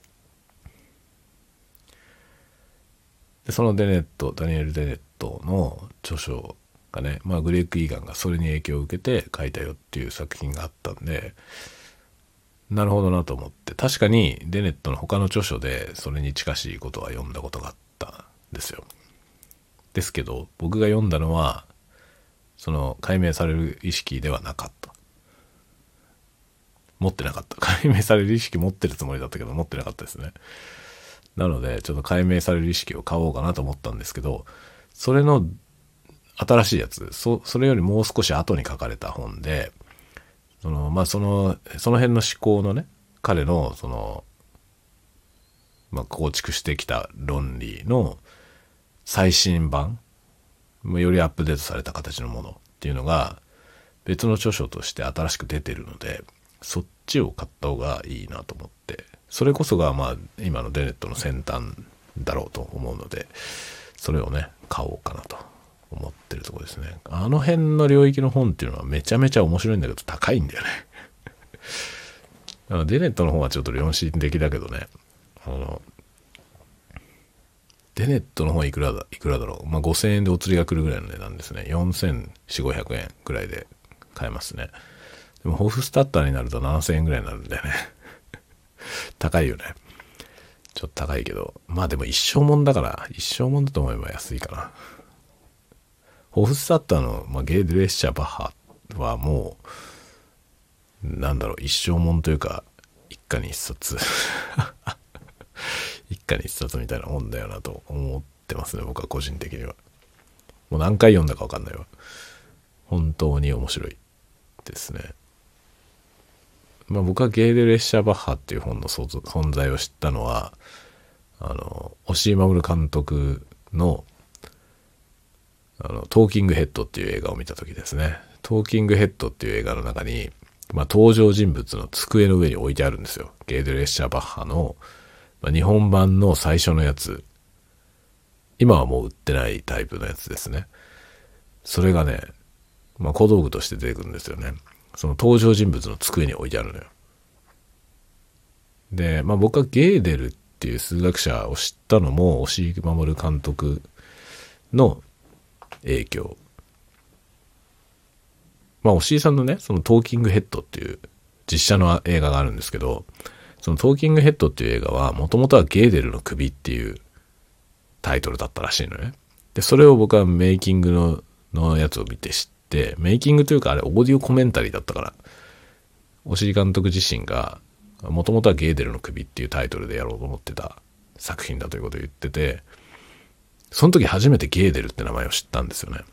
でそのデネットダニエル・デネットの著書がね、まあ、グレッグ・イーガンがそれに影響を受けて書いたよっていう作品があったんでなるほどなと思って、確かにデネットの他の著書でそれに近しいことは読んだことがあったですよ。ですけど僕が読んだのはその解明される意識ではなかった。持ってなかった。解明される意識持ってるつもりだったけど持ってなかったですね。なのでちょっと解明される意識を買おうかなと思ったんですけど、それの新しいやつ、そそれよりもう少し後に書かれた本で、そのまあそのその辺の思考のね、彼のそのまあ構築してきた論理の最新版、よりアップデートされた形のものっていうのが別の著書として新しく出てるので、そっちを買った方がいいなと思って、それこそがまあ今のデネットの先端だろうと思うので、それをね買おうかなと思ってるところですね。あの辺の領域の本っていうのはめちゃめちゃ面白いんだけど高いんだよねあのデネットの方はちょっと良心的だけどね、あのデネットの方いくらだいくらだろう、まあ、ごせんえんでお釣りが来るぐらいの値段ですね。よんせんよんひゃくごひゃくえんぐらいで買えますね。でもホフスタッターになるとななせんえんぐらいになるんだよね高いよね。ちょっと高いけど、まあでも一生もんだから、一生もんだと思えば安いかな。ホフスタッターの、まあ、ゲーデレッシャーバッハはもうなんだろう、一生もんというか一家に一冊一家に一冊みたいなもんだよなと思ってますね、僕は個人的には。もう何回読んだか分かんないわ。本当に面白いですね。まあ僕はゲーデレッシャーバッハっていう本の存在を知ったのは、あの押井守監督のあのトーキングヘッドっていう映画を見た時ですね。トーキングヘッドっていう映画の中に、まあ、登場人物の机の上に置いてあるんですよ。ゲーデレッシャーバッハの、まあ、日本版の最初のやつ。今はもう売ってないタイプのやつですね。それがね、まあ、小道具として出てくるんですよね。その登場人物の机に置いてあるのよ。で、まあ僕はゲーデルっていう数学者を知ったのも押井守監督の影響。まあ押井さんのね、そのトーキングヘッドっていう実写の映画があるんですけど、そのトーキングヘッドっていう映画はもともとはゲーデルの首っていうタイトルだったらしいのね。で、それを僕はメイキングののやつを見て知って、メイキングというかあれオーディオコメンタリーだったから、押井監督自身がもともとはゲーデルの首っていうタイトルでやろうと思ってた作品だということを言ってて、その時初めてゲーデルって名前を知ったんですよね。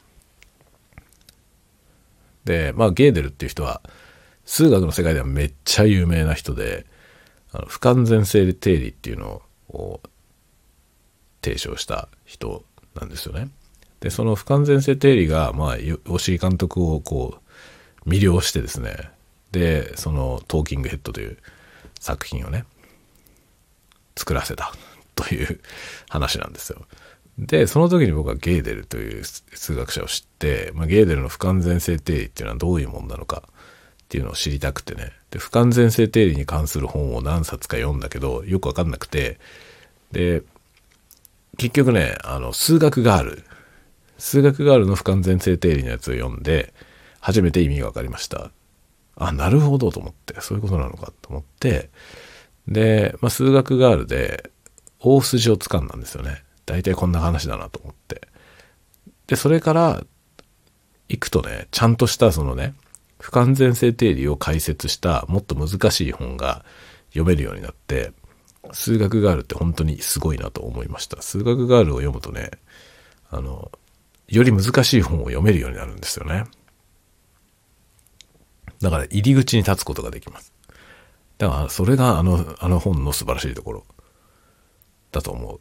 で、まあゲーデルっていう人は数学の世界ではめっちゃ有名な人で、あの不完全性定理っていうのを提唱した人なんですよね。で、その不完全性定理が、まあ、押井監督をこう魅了してですね、で、そのトーキングヘッドという作品をね、作らせたという話なんですよ。で、その時に僕はゲーデルという数学者を知って、まあ、ゲーデルの不完全性定理っていうのはどういうもんなのかっていうのを知りたくてね。で、不完全性定理に関する本を何冊か読んだけど、よくわかんなくて、で、結局ね、あの、数学ガール、数学ガールの不完全性定理のやつを読んで、初めて意味がわかりました。あ、なるほどと思って、そういうことなのかと思って、で、まあ、数学ガールで大筋を掴んだんですよね。大体こんな話だなと思って。で、それから行くとね、ちゃんとしたそのね、不完全性定理を解説したもっと難しい本が読めるようになって、数学ガールって本当にすごいなと思いました。数学ガールを読むとね、あの、より難しい本を読めるようになるんですよね。だから入り口に立つことができます。だからそれがあの、あの本の素晴らしいところだと思う。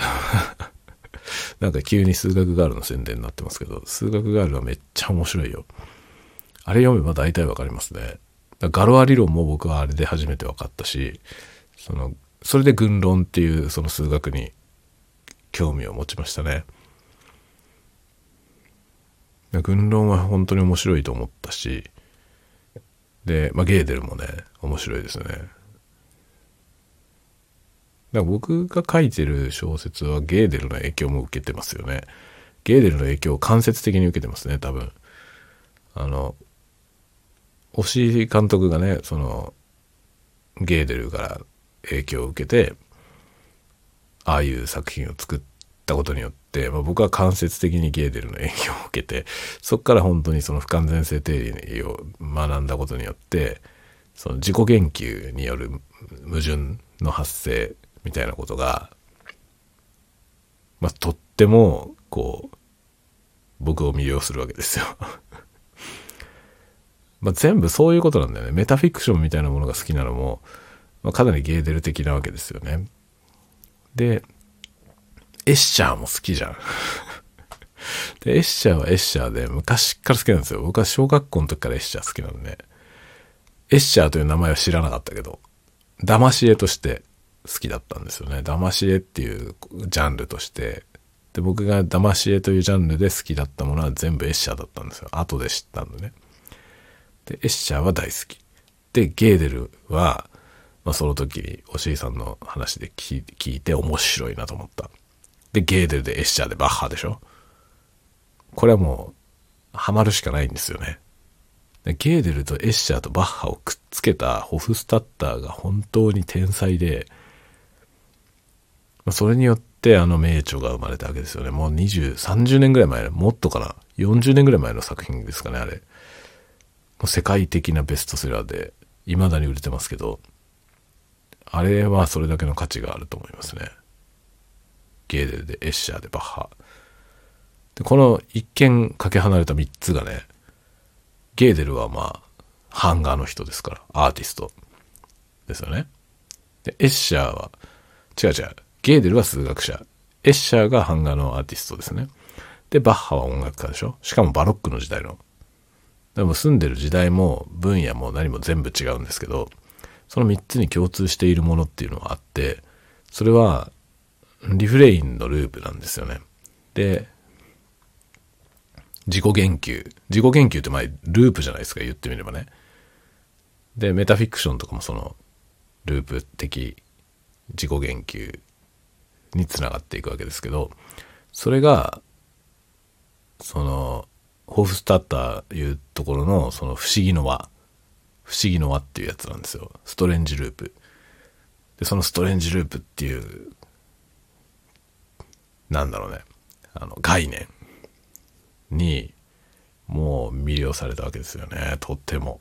なんか急に数学ガールの宣伝になってますけど、数学ガールはめっちゃ面白いよ。あれ読めば大体わかりますね。ガロア理論も僕はあれで初めて分かったし、その、それで群論っていうその数学に興味を持ちましたね。群論は本当に面白いと思ったし、で、まあ、ゲーデルもね、面白いですね。だから僕が書いてる小説はゲーデルの影響も受けてますよね。ゲーデルの影響を間接的に受けてますね、多分。あの、押井監督がね、その、ゲーデルから影響を受けて、ああいう作品を作っったことによって、まあ、僕は間接的にゲーデルの影響を受けて、そこから本当にその不完全性定理を学んだことによって、その自己言及による矛盾の発生みたいなことが、まあ、とってもこう僕を魅了するわけですよ。まあ全部そういうことなんだよね。メタフィクションみたいなものが好きなのも、まあ、かなりゲーデル的なわけですよね。で、エッシャーも好きじゃん。で、エッシャーはエッシャーで昔から好きなんですよ。僕は小学校の時からエッシャー好きなので、エッシャーという名前は知らなかったけど、ダマシエとして好きだったんですよね。ダマシエっていうジャンルとして、で、僕がダマシエというジャンルで好きだったものは全部エッシャーだったんですよ。後で知ったんでね。で、エッシャーは大好き。で、ゲーデルは、まあ、その時におしいさんの話で聞いて面白いなと思った。で、ゲーデルでエッシャーでバッハでしょ。これはもう、ハマるしかないんですよね。で、ゲーデルとエッシャーとバッハをくっつけたホフスタッターが本当に天才で、それによってあの名著が生まれたわけですよね。もうにじゅう、さんじゅうねんぐらい前、もっとかな。よんじゅうねんぐらい前の作品ですかね、あれ。もう世界的なベストセラーで、未だに売れてますけど、あれはそれだけの価値があると思いますね。ゲーデルでエッシャーでバッハ。で、この一見かけ離れたみっつがね、ゲーデルはまあ、版画の人ですから、アーティストですよね。で、エッシャーは、違う違う、ゲーデルは数学者。エッシャーが版画のアーティストですね。で、バッハは音楽家でしょ。しかもバロックの時代の。でも住んでる時代も分野も何も全部違うんですけど、そのみっつに共通しているものっていうのがあって、それはリフレインのループなんですよね。で、自己言及。自己言及ってまあループじゃないですか、言ってみればね。で、メタフィクションとかもそのループ的自己言及につながっていくわけですけど、それが、その、ホフスタッターいうところのその不思議の輪。不思議の輪っていうやつなんですよ。ストレンジループ。で、そのストレンジループっていう、なんだろうね、あの、概念に、もう魅了されたわけですよね。とっても。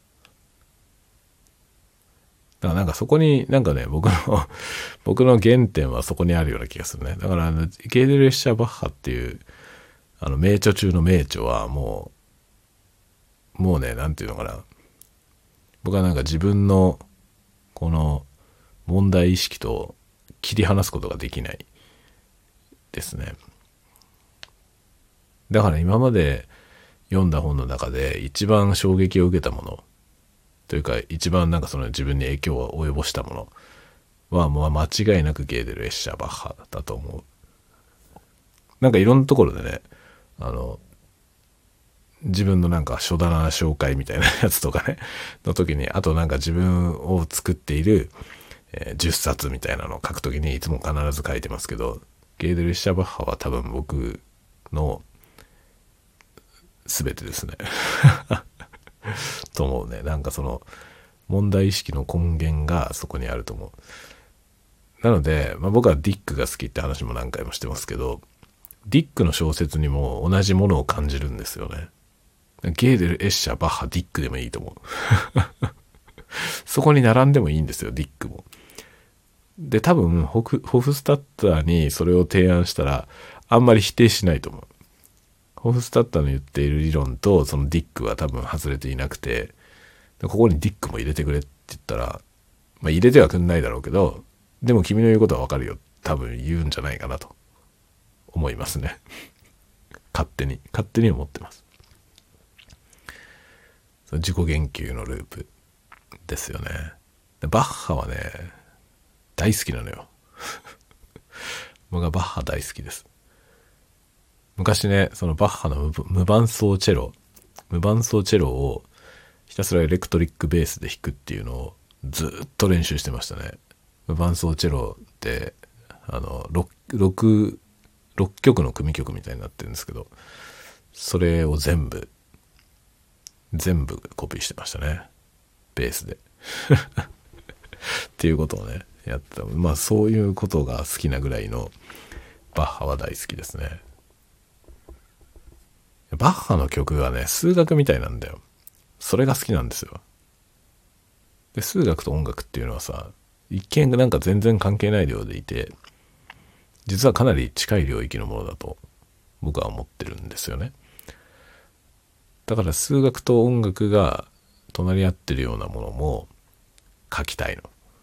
だからなんかそこに、なんかね、僕の、僕の原点はそこにあるような気がするね。だから、ゲーデル・エッシャーバッハっていう、あの、名著中の名著はもう、もうね、なんていうのかな。僕はなんか自分のこの問題意識と切り離すことができないですね。だから今まで読んだ本の中で一番衝撃を受けたものというか、一番なんかその自分に影響を及ぼしたものはもう間違いなくゲーデル・エッシャーバッハだと思う。なんかいろんなところでね、あの自分のなんか書棚紹介みたいなやつとかねの時に、あとなんか自分を作っている、えー、じゅっさつみたいなのを書く時にいつも必ず書いてますけど、ゲーデル・シャバッハは多分僕の全てですねと思うね。なんかその問題意識の根源がそこにあると思う。なので、まあ、僕はディックが好きって話も何回もしてますけど、ディックの小説にも同じものを感じるんですよね。ゲーデル、エッシャー、バッハ、ディックでもいいと思う。そこに並んでもいいんですよ、ディックも。で、多分ホフ、ホフスタッターにそれを提案したら、あんまり否定しないと思う。ホフスタッターの言っている理論と、そのディックは多分外れていなくて、ここにディックも入れてくれって言ったら、まあ入れてはくんないだろうけど、でも君の言うことはわかるよ。多分言うんじゃないかなと思いますね。勝手に、勝手に思ってます。自己言及のループですよね。でバッハはね、大好きなのよ。僕はバッハ大好きです。昔ね、そのバッハの無伴奏チェロ、無伴奏チェロをひたすらエレクトリックベースで弾くっていうのをずっと練習してましたね。無伴奏チェロってあの 6, 6曲の組曲みたいになってるんですけど、それを全部全部コピーしてましたね、ベースでっていうことをねやった。まあそういうことが好きなぐらいのバッハは大好きですね。バッハの曲はね、数学みたいなんだよ。それが好きなんですよ。で、数学と音楽っていうのはさ、一見なんか全然関係ないようでいて、実はかなり近い領域のものだと僕は思ってるんですよね。だから数学と音楽が隣り合ってるようなものも書きたいの。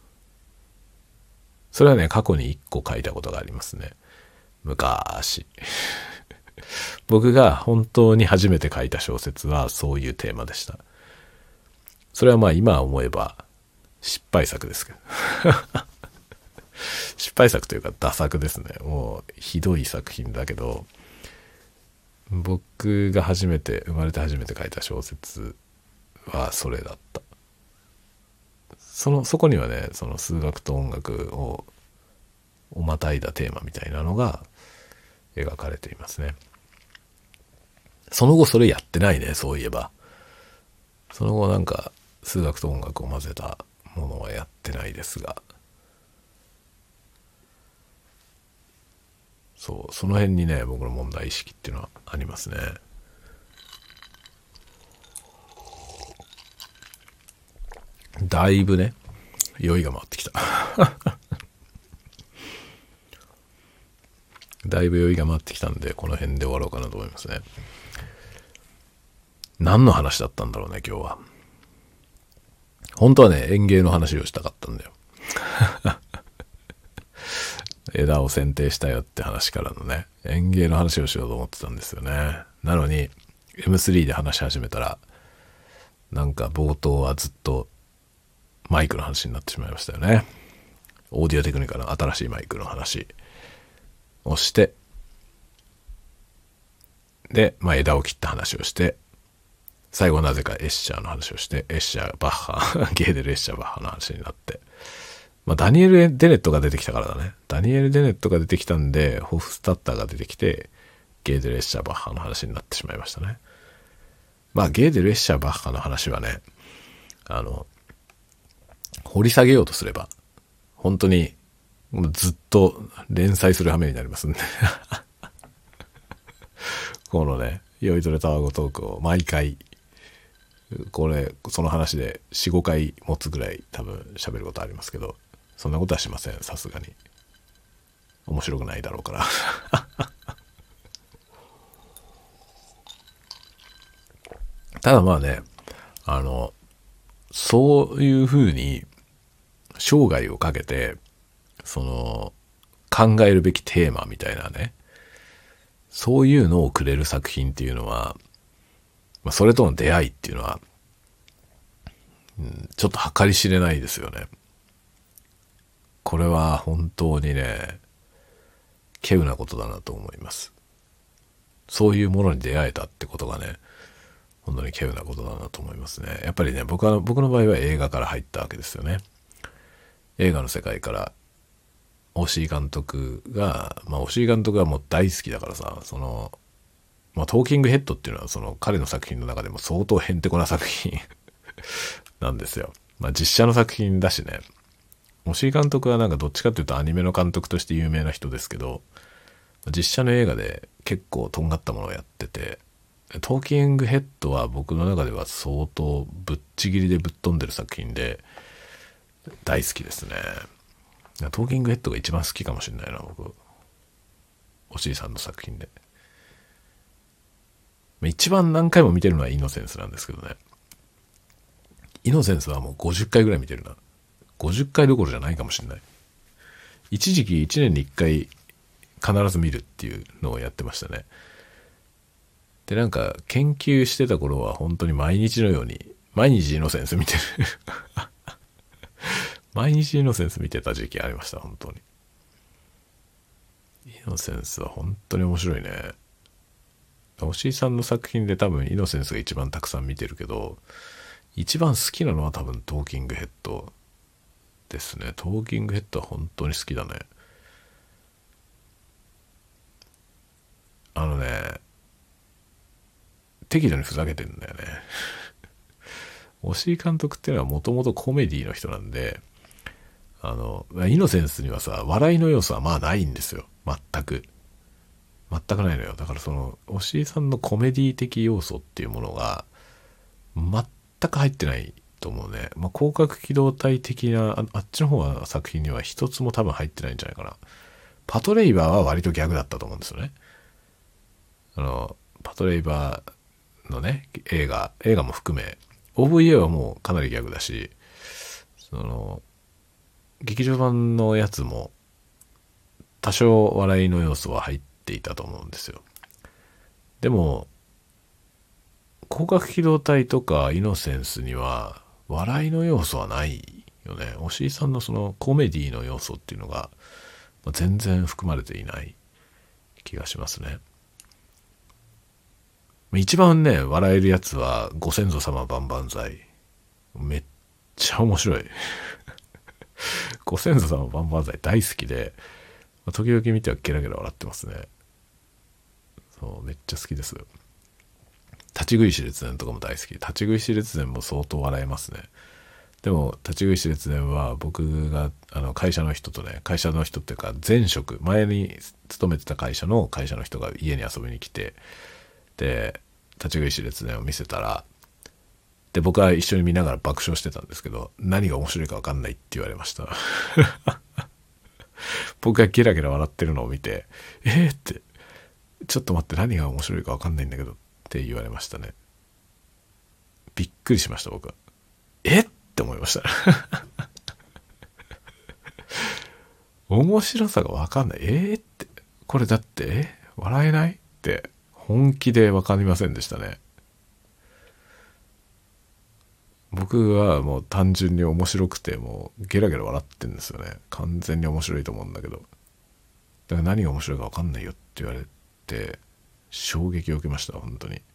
それはね、過去に一個書いたことがありますね。昔。僕が本当に初めて書いた小説はそういうテーマでした。それはまあ今思えば失敗作ですけど。失敗作というかダ作ですね。もうひどい作品だけど、僕が初めて、生まれて初めて書いた小説はそれだった。その、そこにはね、その数学と音楽ををまたいだテーマみたいなのが描かれていますね。その後それやってないね、そういえば。その後なんか数学と音楽を混ぜたものはやってないですが。そう、その辺にね、僕の問題意識っていうのはありますね。だいぶね、酔いが回ってきた。だいぶ酔いが回ってきたんで、この辺で終わろうかなと思いますね。何の話だったんだろうね、今日は。本当はね、園芸の話をしたかったんだよ。枝を剪定したよって話からのね、園芸の話をしようと思ってたんですよね。なのに エムスリー で話し始めたら、なんか冒頭はずっとマイクの話になってしまいましたよね。オーディオテクニカの新しいマイクの話をして、で、まあ、枝を切った話をして、最後なぜかエッシャーの話をして、エッシャー、バッハ、ゲーデル、エッシャー、バッハの話になって、まあ、ダニエル・デネットが出てきたからだね。ダニエル・デネットが出てきたんで、ホフスタッターが出てきて、ゲーデル・エッシャー・バッハの話になってしまいましたね。まあ、ゲーデル・エッシャー・バッハの話はね、あの、掘り下げようとすれば、本当に、ずっと連載する羽目になりますんで。このね、酔いどれタワゴトークを毎回、これ、その話でよん、ごかい持つぐらい多分喋ることありますけど、そんなことはしません、さすがに。面白くないだろうから。ただまあね、あの、そういうふうに生涯をかけて、その、考えるべきテーマみたいなね、そういうのをくれる作品っていうのは、まあ、それとの出会いっていうのは、うん、ちょっと計り知れないですよね。これは本当にね、稀有なことだなと思います。そういうものに出会えたってことがね、本当に稀有なことだなと思いますね。やっぱりね、僕は、僕の場合は映画から入ったわけですよね。映画の世界から、押井監督が、まあ押井監督はもう大好きだからさ、その、まあトーキングヘッドっていうのはその彼の作品の中でも相当へんてこな作品なんですよ。まあ実写の作品だしね。押井監督はなんかどっちかっていうとアニメの監督として有名な人ですけど、実写の映画で結構とんがったものをやってて、トーキングヘッドは僕の中では相当ぶっちぎりでぶっ飛んでる作品で大好きですね。トーキングヘッドが一番好きかもしれないな、僕。押井さんの作品で。一番何回も見てるのはイノセンスなんですけどね。イノセンスはもうごじゅっかいぐらい見てるな。ごじゅっかいどころじゃないかもしれない。一時期いちねんにいっかい必ず見るっていうのをやってましたね。で、なんか研究してた頃は本当に毎日のように、毎日イノセンス見てる。毎日イノセンス見てた時期ありました、本当に。イノセンスは本当に面白いね。押井さんの作品で多分イノセンスが一番たくさん見てるけど、一番好きなのは多分トーキングヘッドですね。トーキングヘッドは本当に好きだね。あのね、適度にふざけてんだよね。押井監督っていうのはもともとコメディの人なんで、あの、イノセンスにはさ、笑いの要素はまあないんですよ。全く。 全くないのよ。だからその押井さんのコメディ的要素っていうものが全く入ってないと思うね。まあ、広角機動隊的な あ, あっちの方は作品には一つも多分入ってないんじゃないかな。パトレイバーは割とギャグだったと思うんですよね。あのパトレイバーのね映画映画も含め オーブイエー はもうかなりギャグだし、その劇場版のやつも多少笑いの要素は入っていたと思うんですよ。でも広角機動隊とかイノセンスには笑いの要素はないよね。押井さんのそのコメディの要素っていうのが全然含まれていない気がしますね。一番ね笑えるやつはご先祖様万々歳。めっちゃ面白いご先祖様万々歳大好きで、時々見てはゲラゲラ笑ってますね。そうめっちゃ好きです。立ち食い死列伝とかも大好き。立ち食い死列伝も相当笑えますね。でも立ち食い死列伝は僕があの会社の人とね、会社の人っていうか前職前に勤めてた会社の会社の人が家に遊びに来て、で立ち食い死列伝を見せたら、で僕は一緒に見ながら爆笑してたんですけど、何が面白いか分かんないって言われました僕がゲラゲラ笑ってるのを見て、えー、ってちょっと待って、何が面白いか分かんないんだけどって言われましたね。びっくりしました僕は。えって思いました面白さが分かんない。えー、ってこれだってえ笑えないって本気で分かりませんでしたね。僕はもう単純に面白くてもうゲラゲラ笑ってんですよね。完全に面白いと思うんだけど、だから何が面白いか分かんないよって言われて衝撃を受けました。本当に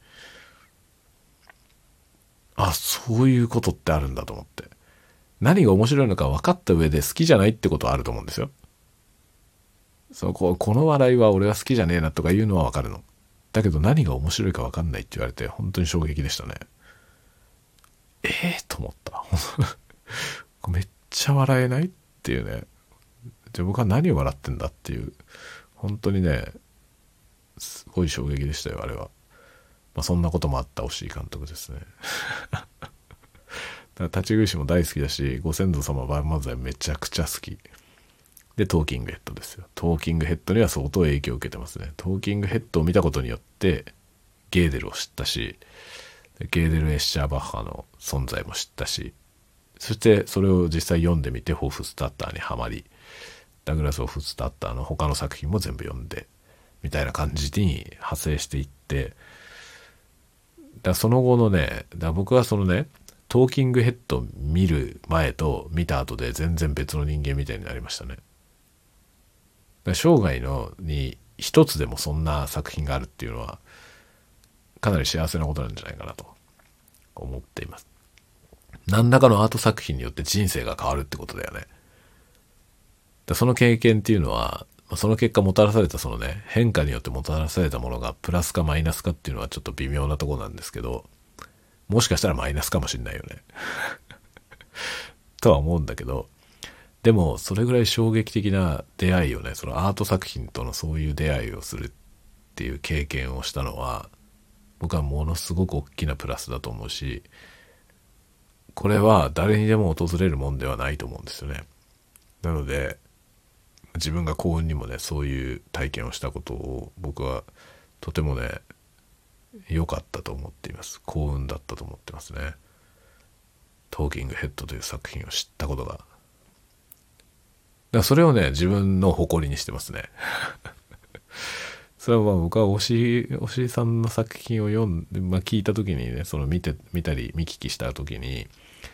あ、そういうことってあるんだと思って、何が面白いのか分かった上で好きじゃないってことはあると思うんですよ。そのここの笑いは俺は好きじゃねえなとかいうのは分かるの。だけど何が面白いか分かんないって言われて本当に衝撃でしたね。ええー、と思っためっちゃ笑えないっていうね。じゃあ僕は何を笑ってんだっていう、本当にねすごい衝撃でしたよあれは。まあ、そんなこともあった押井監督ですねだから立ち食い師も大好きだし、ご先祖様万々歳めちゃくちゃ好きで、トーキングヘッドですよ。トーキングヘッドには相当影響を受けてますね。トーキングヘッドを見たことによってゲーデルを知ったし、ゲーデル・エッシャーバッハの存在も知ったし、そしてそれを実際読んでみてホフスタッターにはまり、ダグラス・ホフスタッターの他の作品も全部読んでみたいな感じに派生していって、だその後のね、だ僕はそのねトーキングヘッド見る前と見た後で全然別の人間みたいになりましたね。だ生涯のに一つでもそんな作品があるっていうのはかなり幸せなことなんじゃないかなと思っています。何らかのアート作品によって人生が変わるってことだよね。だその経験っていうのは、その結果もたらされたそのね変化によってもたらされたものがプラスかマイナスかっていうのはちょっと微妙なところなんですけど、もしかしたらマイナスかもしれないよねとは思うんだけど、でもそれぐらい衝撃的な出会いをね、そのアート作品とのそういう出会いをするっていう経験をしたのは僕はものすごく大きなプラスだと思うし、これは誰にでも訪れるもんではないと思うんですよね。なので自分が幸運にもねそういう体験をしたことを僕はとてもね良かったと思っています。幸運だったと思ってますね。トーキングヘッドという作品を知ったことが、だからそれをね自分の誇りにしてますねそれはまあ僕は押井押井さんの作品を読んで、まあ、聞いた時にね、その見て見たり見聞きした時に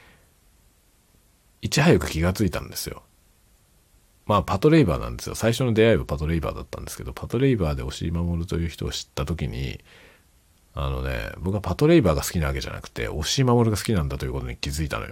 いち早く気がついたんですよ。まあパトレイバーなんですよ。最初の出会いはパトレイバーだったんですけど、パトレイバーで押井守という人を知った時に、あのね僕はパトレイバーが好きなわけじゃなくて押井守が好きなんだということに気づいたのよ。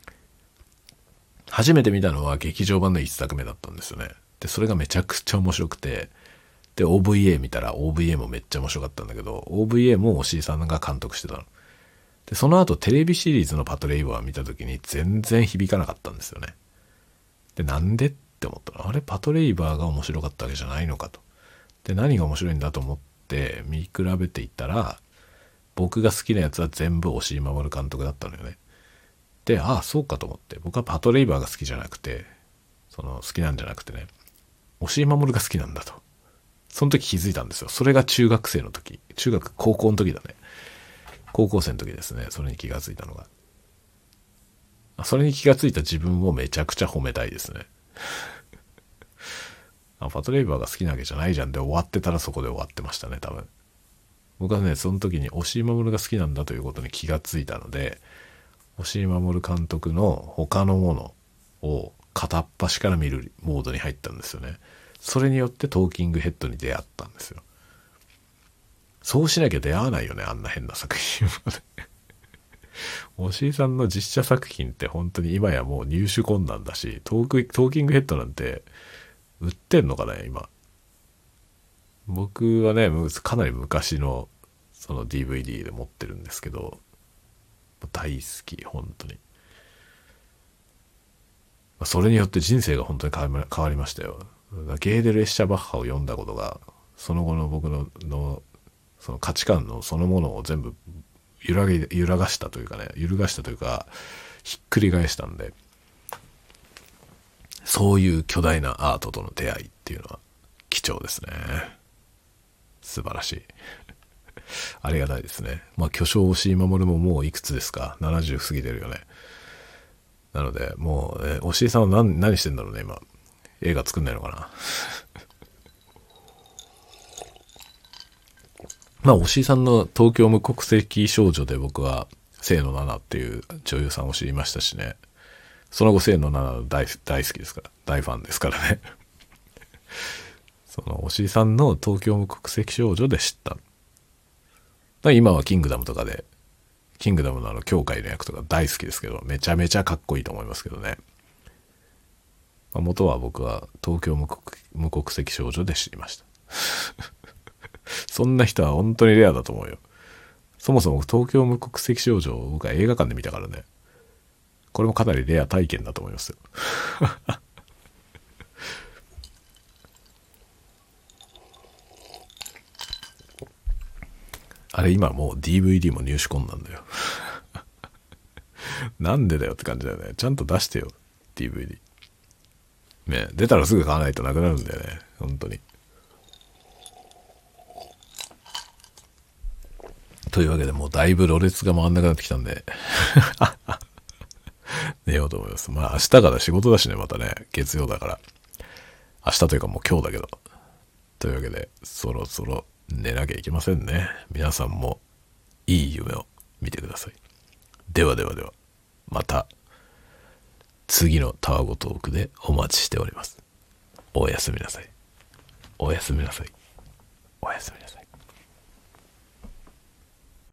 初めて見たのは劇場版のいっさくめだったんですよね。でそれがめちゃくちゃ面白くて、で オーブイエー 見たら オーブイエー もめっちゃ面白かったんだけど、 オーブイエー も押井さんが監督してたので、その後テレビシリーズのパトレイバー見た時に全然響かなかったんですよね。でなんでって思ったら、あれパトレイバーが面白かったわけじゃないのかと。 で、何が面白いんだと思って見比べていったら、僕が好きなやつは全部押井守監督だったのよね。で、ああ、そうかと思って、僕はパトレイバーが好きじゃなくて、その好きなんじゃなくてね、押井守が好きなんだと。その時気づいたんですよ。それが中学生の時。中学、高校の時だね。高校生の時ですね。それに気がついたのが。それに気がついた自分をめちゃくちゃ褒めたいですね。あ、パトレイバーが好きなわけじゃないじゃんで終わってたらそこで終わってましたね、多分。僕はね、その時に押井守が好きなんだということに気がついたので、押井守監督の他のものを片っ端から見るモードに入ったんですよね。それによってトーキングヘッドに出会ったんですよ。そうしなきゃ出会わないよね、あんな変な作品をね。押井さんの実写作品って本当に今やもう入手困難だし、トーク、トーキングヘッドなんて売ってんのかね、今。僕はね、かなり昔のその ディーブイディー で持ってるんですけど、大好き、本当に。それによって人生が本当に変わりましたよ。ゲーデル・エッシャバッハを読んだことが、その後の僕の、のその価値観のそのものを全部揺らぎ、揺らがしたというかね、揺るがしたというか、ひっくり返したんで、そういう巨大なアートとの出会いっていうのは貴重ですね。素晴らしい。ありがたいですね。まあ巨匠押井守ももういくつですか？ ななじゅう 過ぎてるよね。なので、もう、えー、押井さんは何、何してんだろうね、今。映画作んないのかな。まあ、押井さんの東京無国籍少女で僕は、清野菜名っていう女優さんを知りましたしね。その後、清野菜名大、大好きですから、大ファンですからね。その、押井さんの東京無国籍少女で知った。だ今はキングダムとかで、キングダムのあの、教会の役とか大好きですけど、めちゃめちゃかっこいいと思いますけどね。まあ、元は僕は東京無国、無国籍少女で知りました。そんな人は本当にレアだと思うよ。そもそも東京無国籍少女を僕は映画館で見たからね。これもかなりレア体験だと思いますよ。あれ今もう ディーブイディー も入手困難だよ。なんでだよって感じだよね。ちゃんと出してよ ディーブイディー。ね、出たらすぐ買わないとなくなるんだよね。本当に。というわけでもうだいぶろれつが回んなくなってきたんで寝ようと思います。まあ明日から仕事だしね、またね。月曜だから。明日というかもう今日だけど。というわけで、そろそろ寝なきゃいけませんね。皆さんもいい夢を見てください。ではではでは、また次のタワゴトークでお待ちしております。おやすみなさい。おやすみなさい。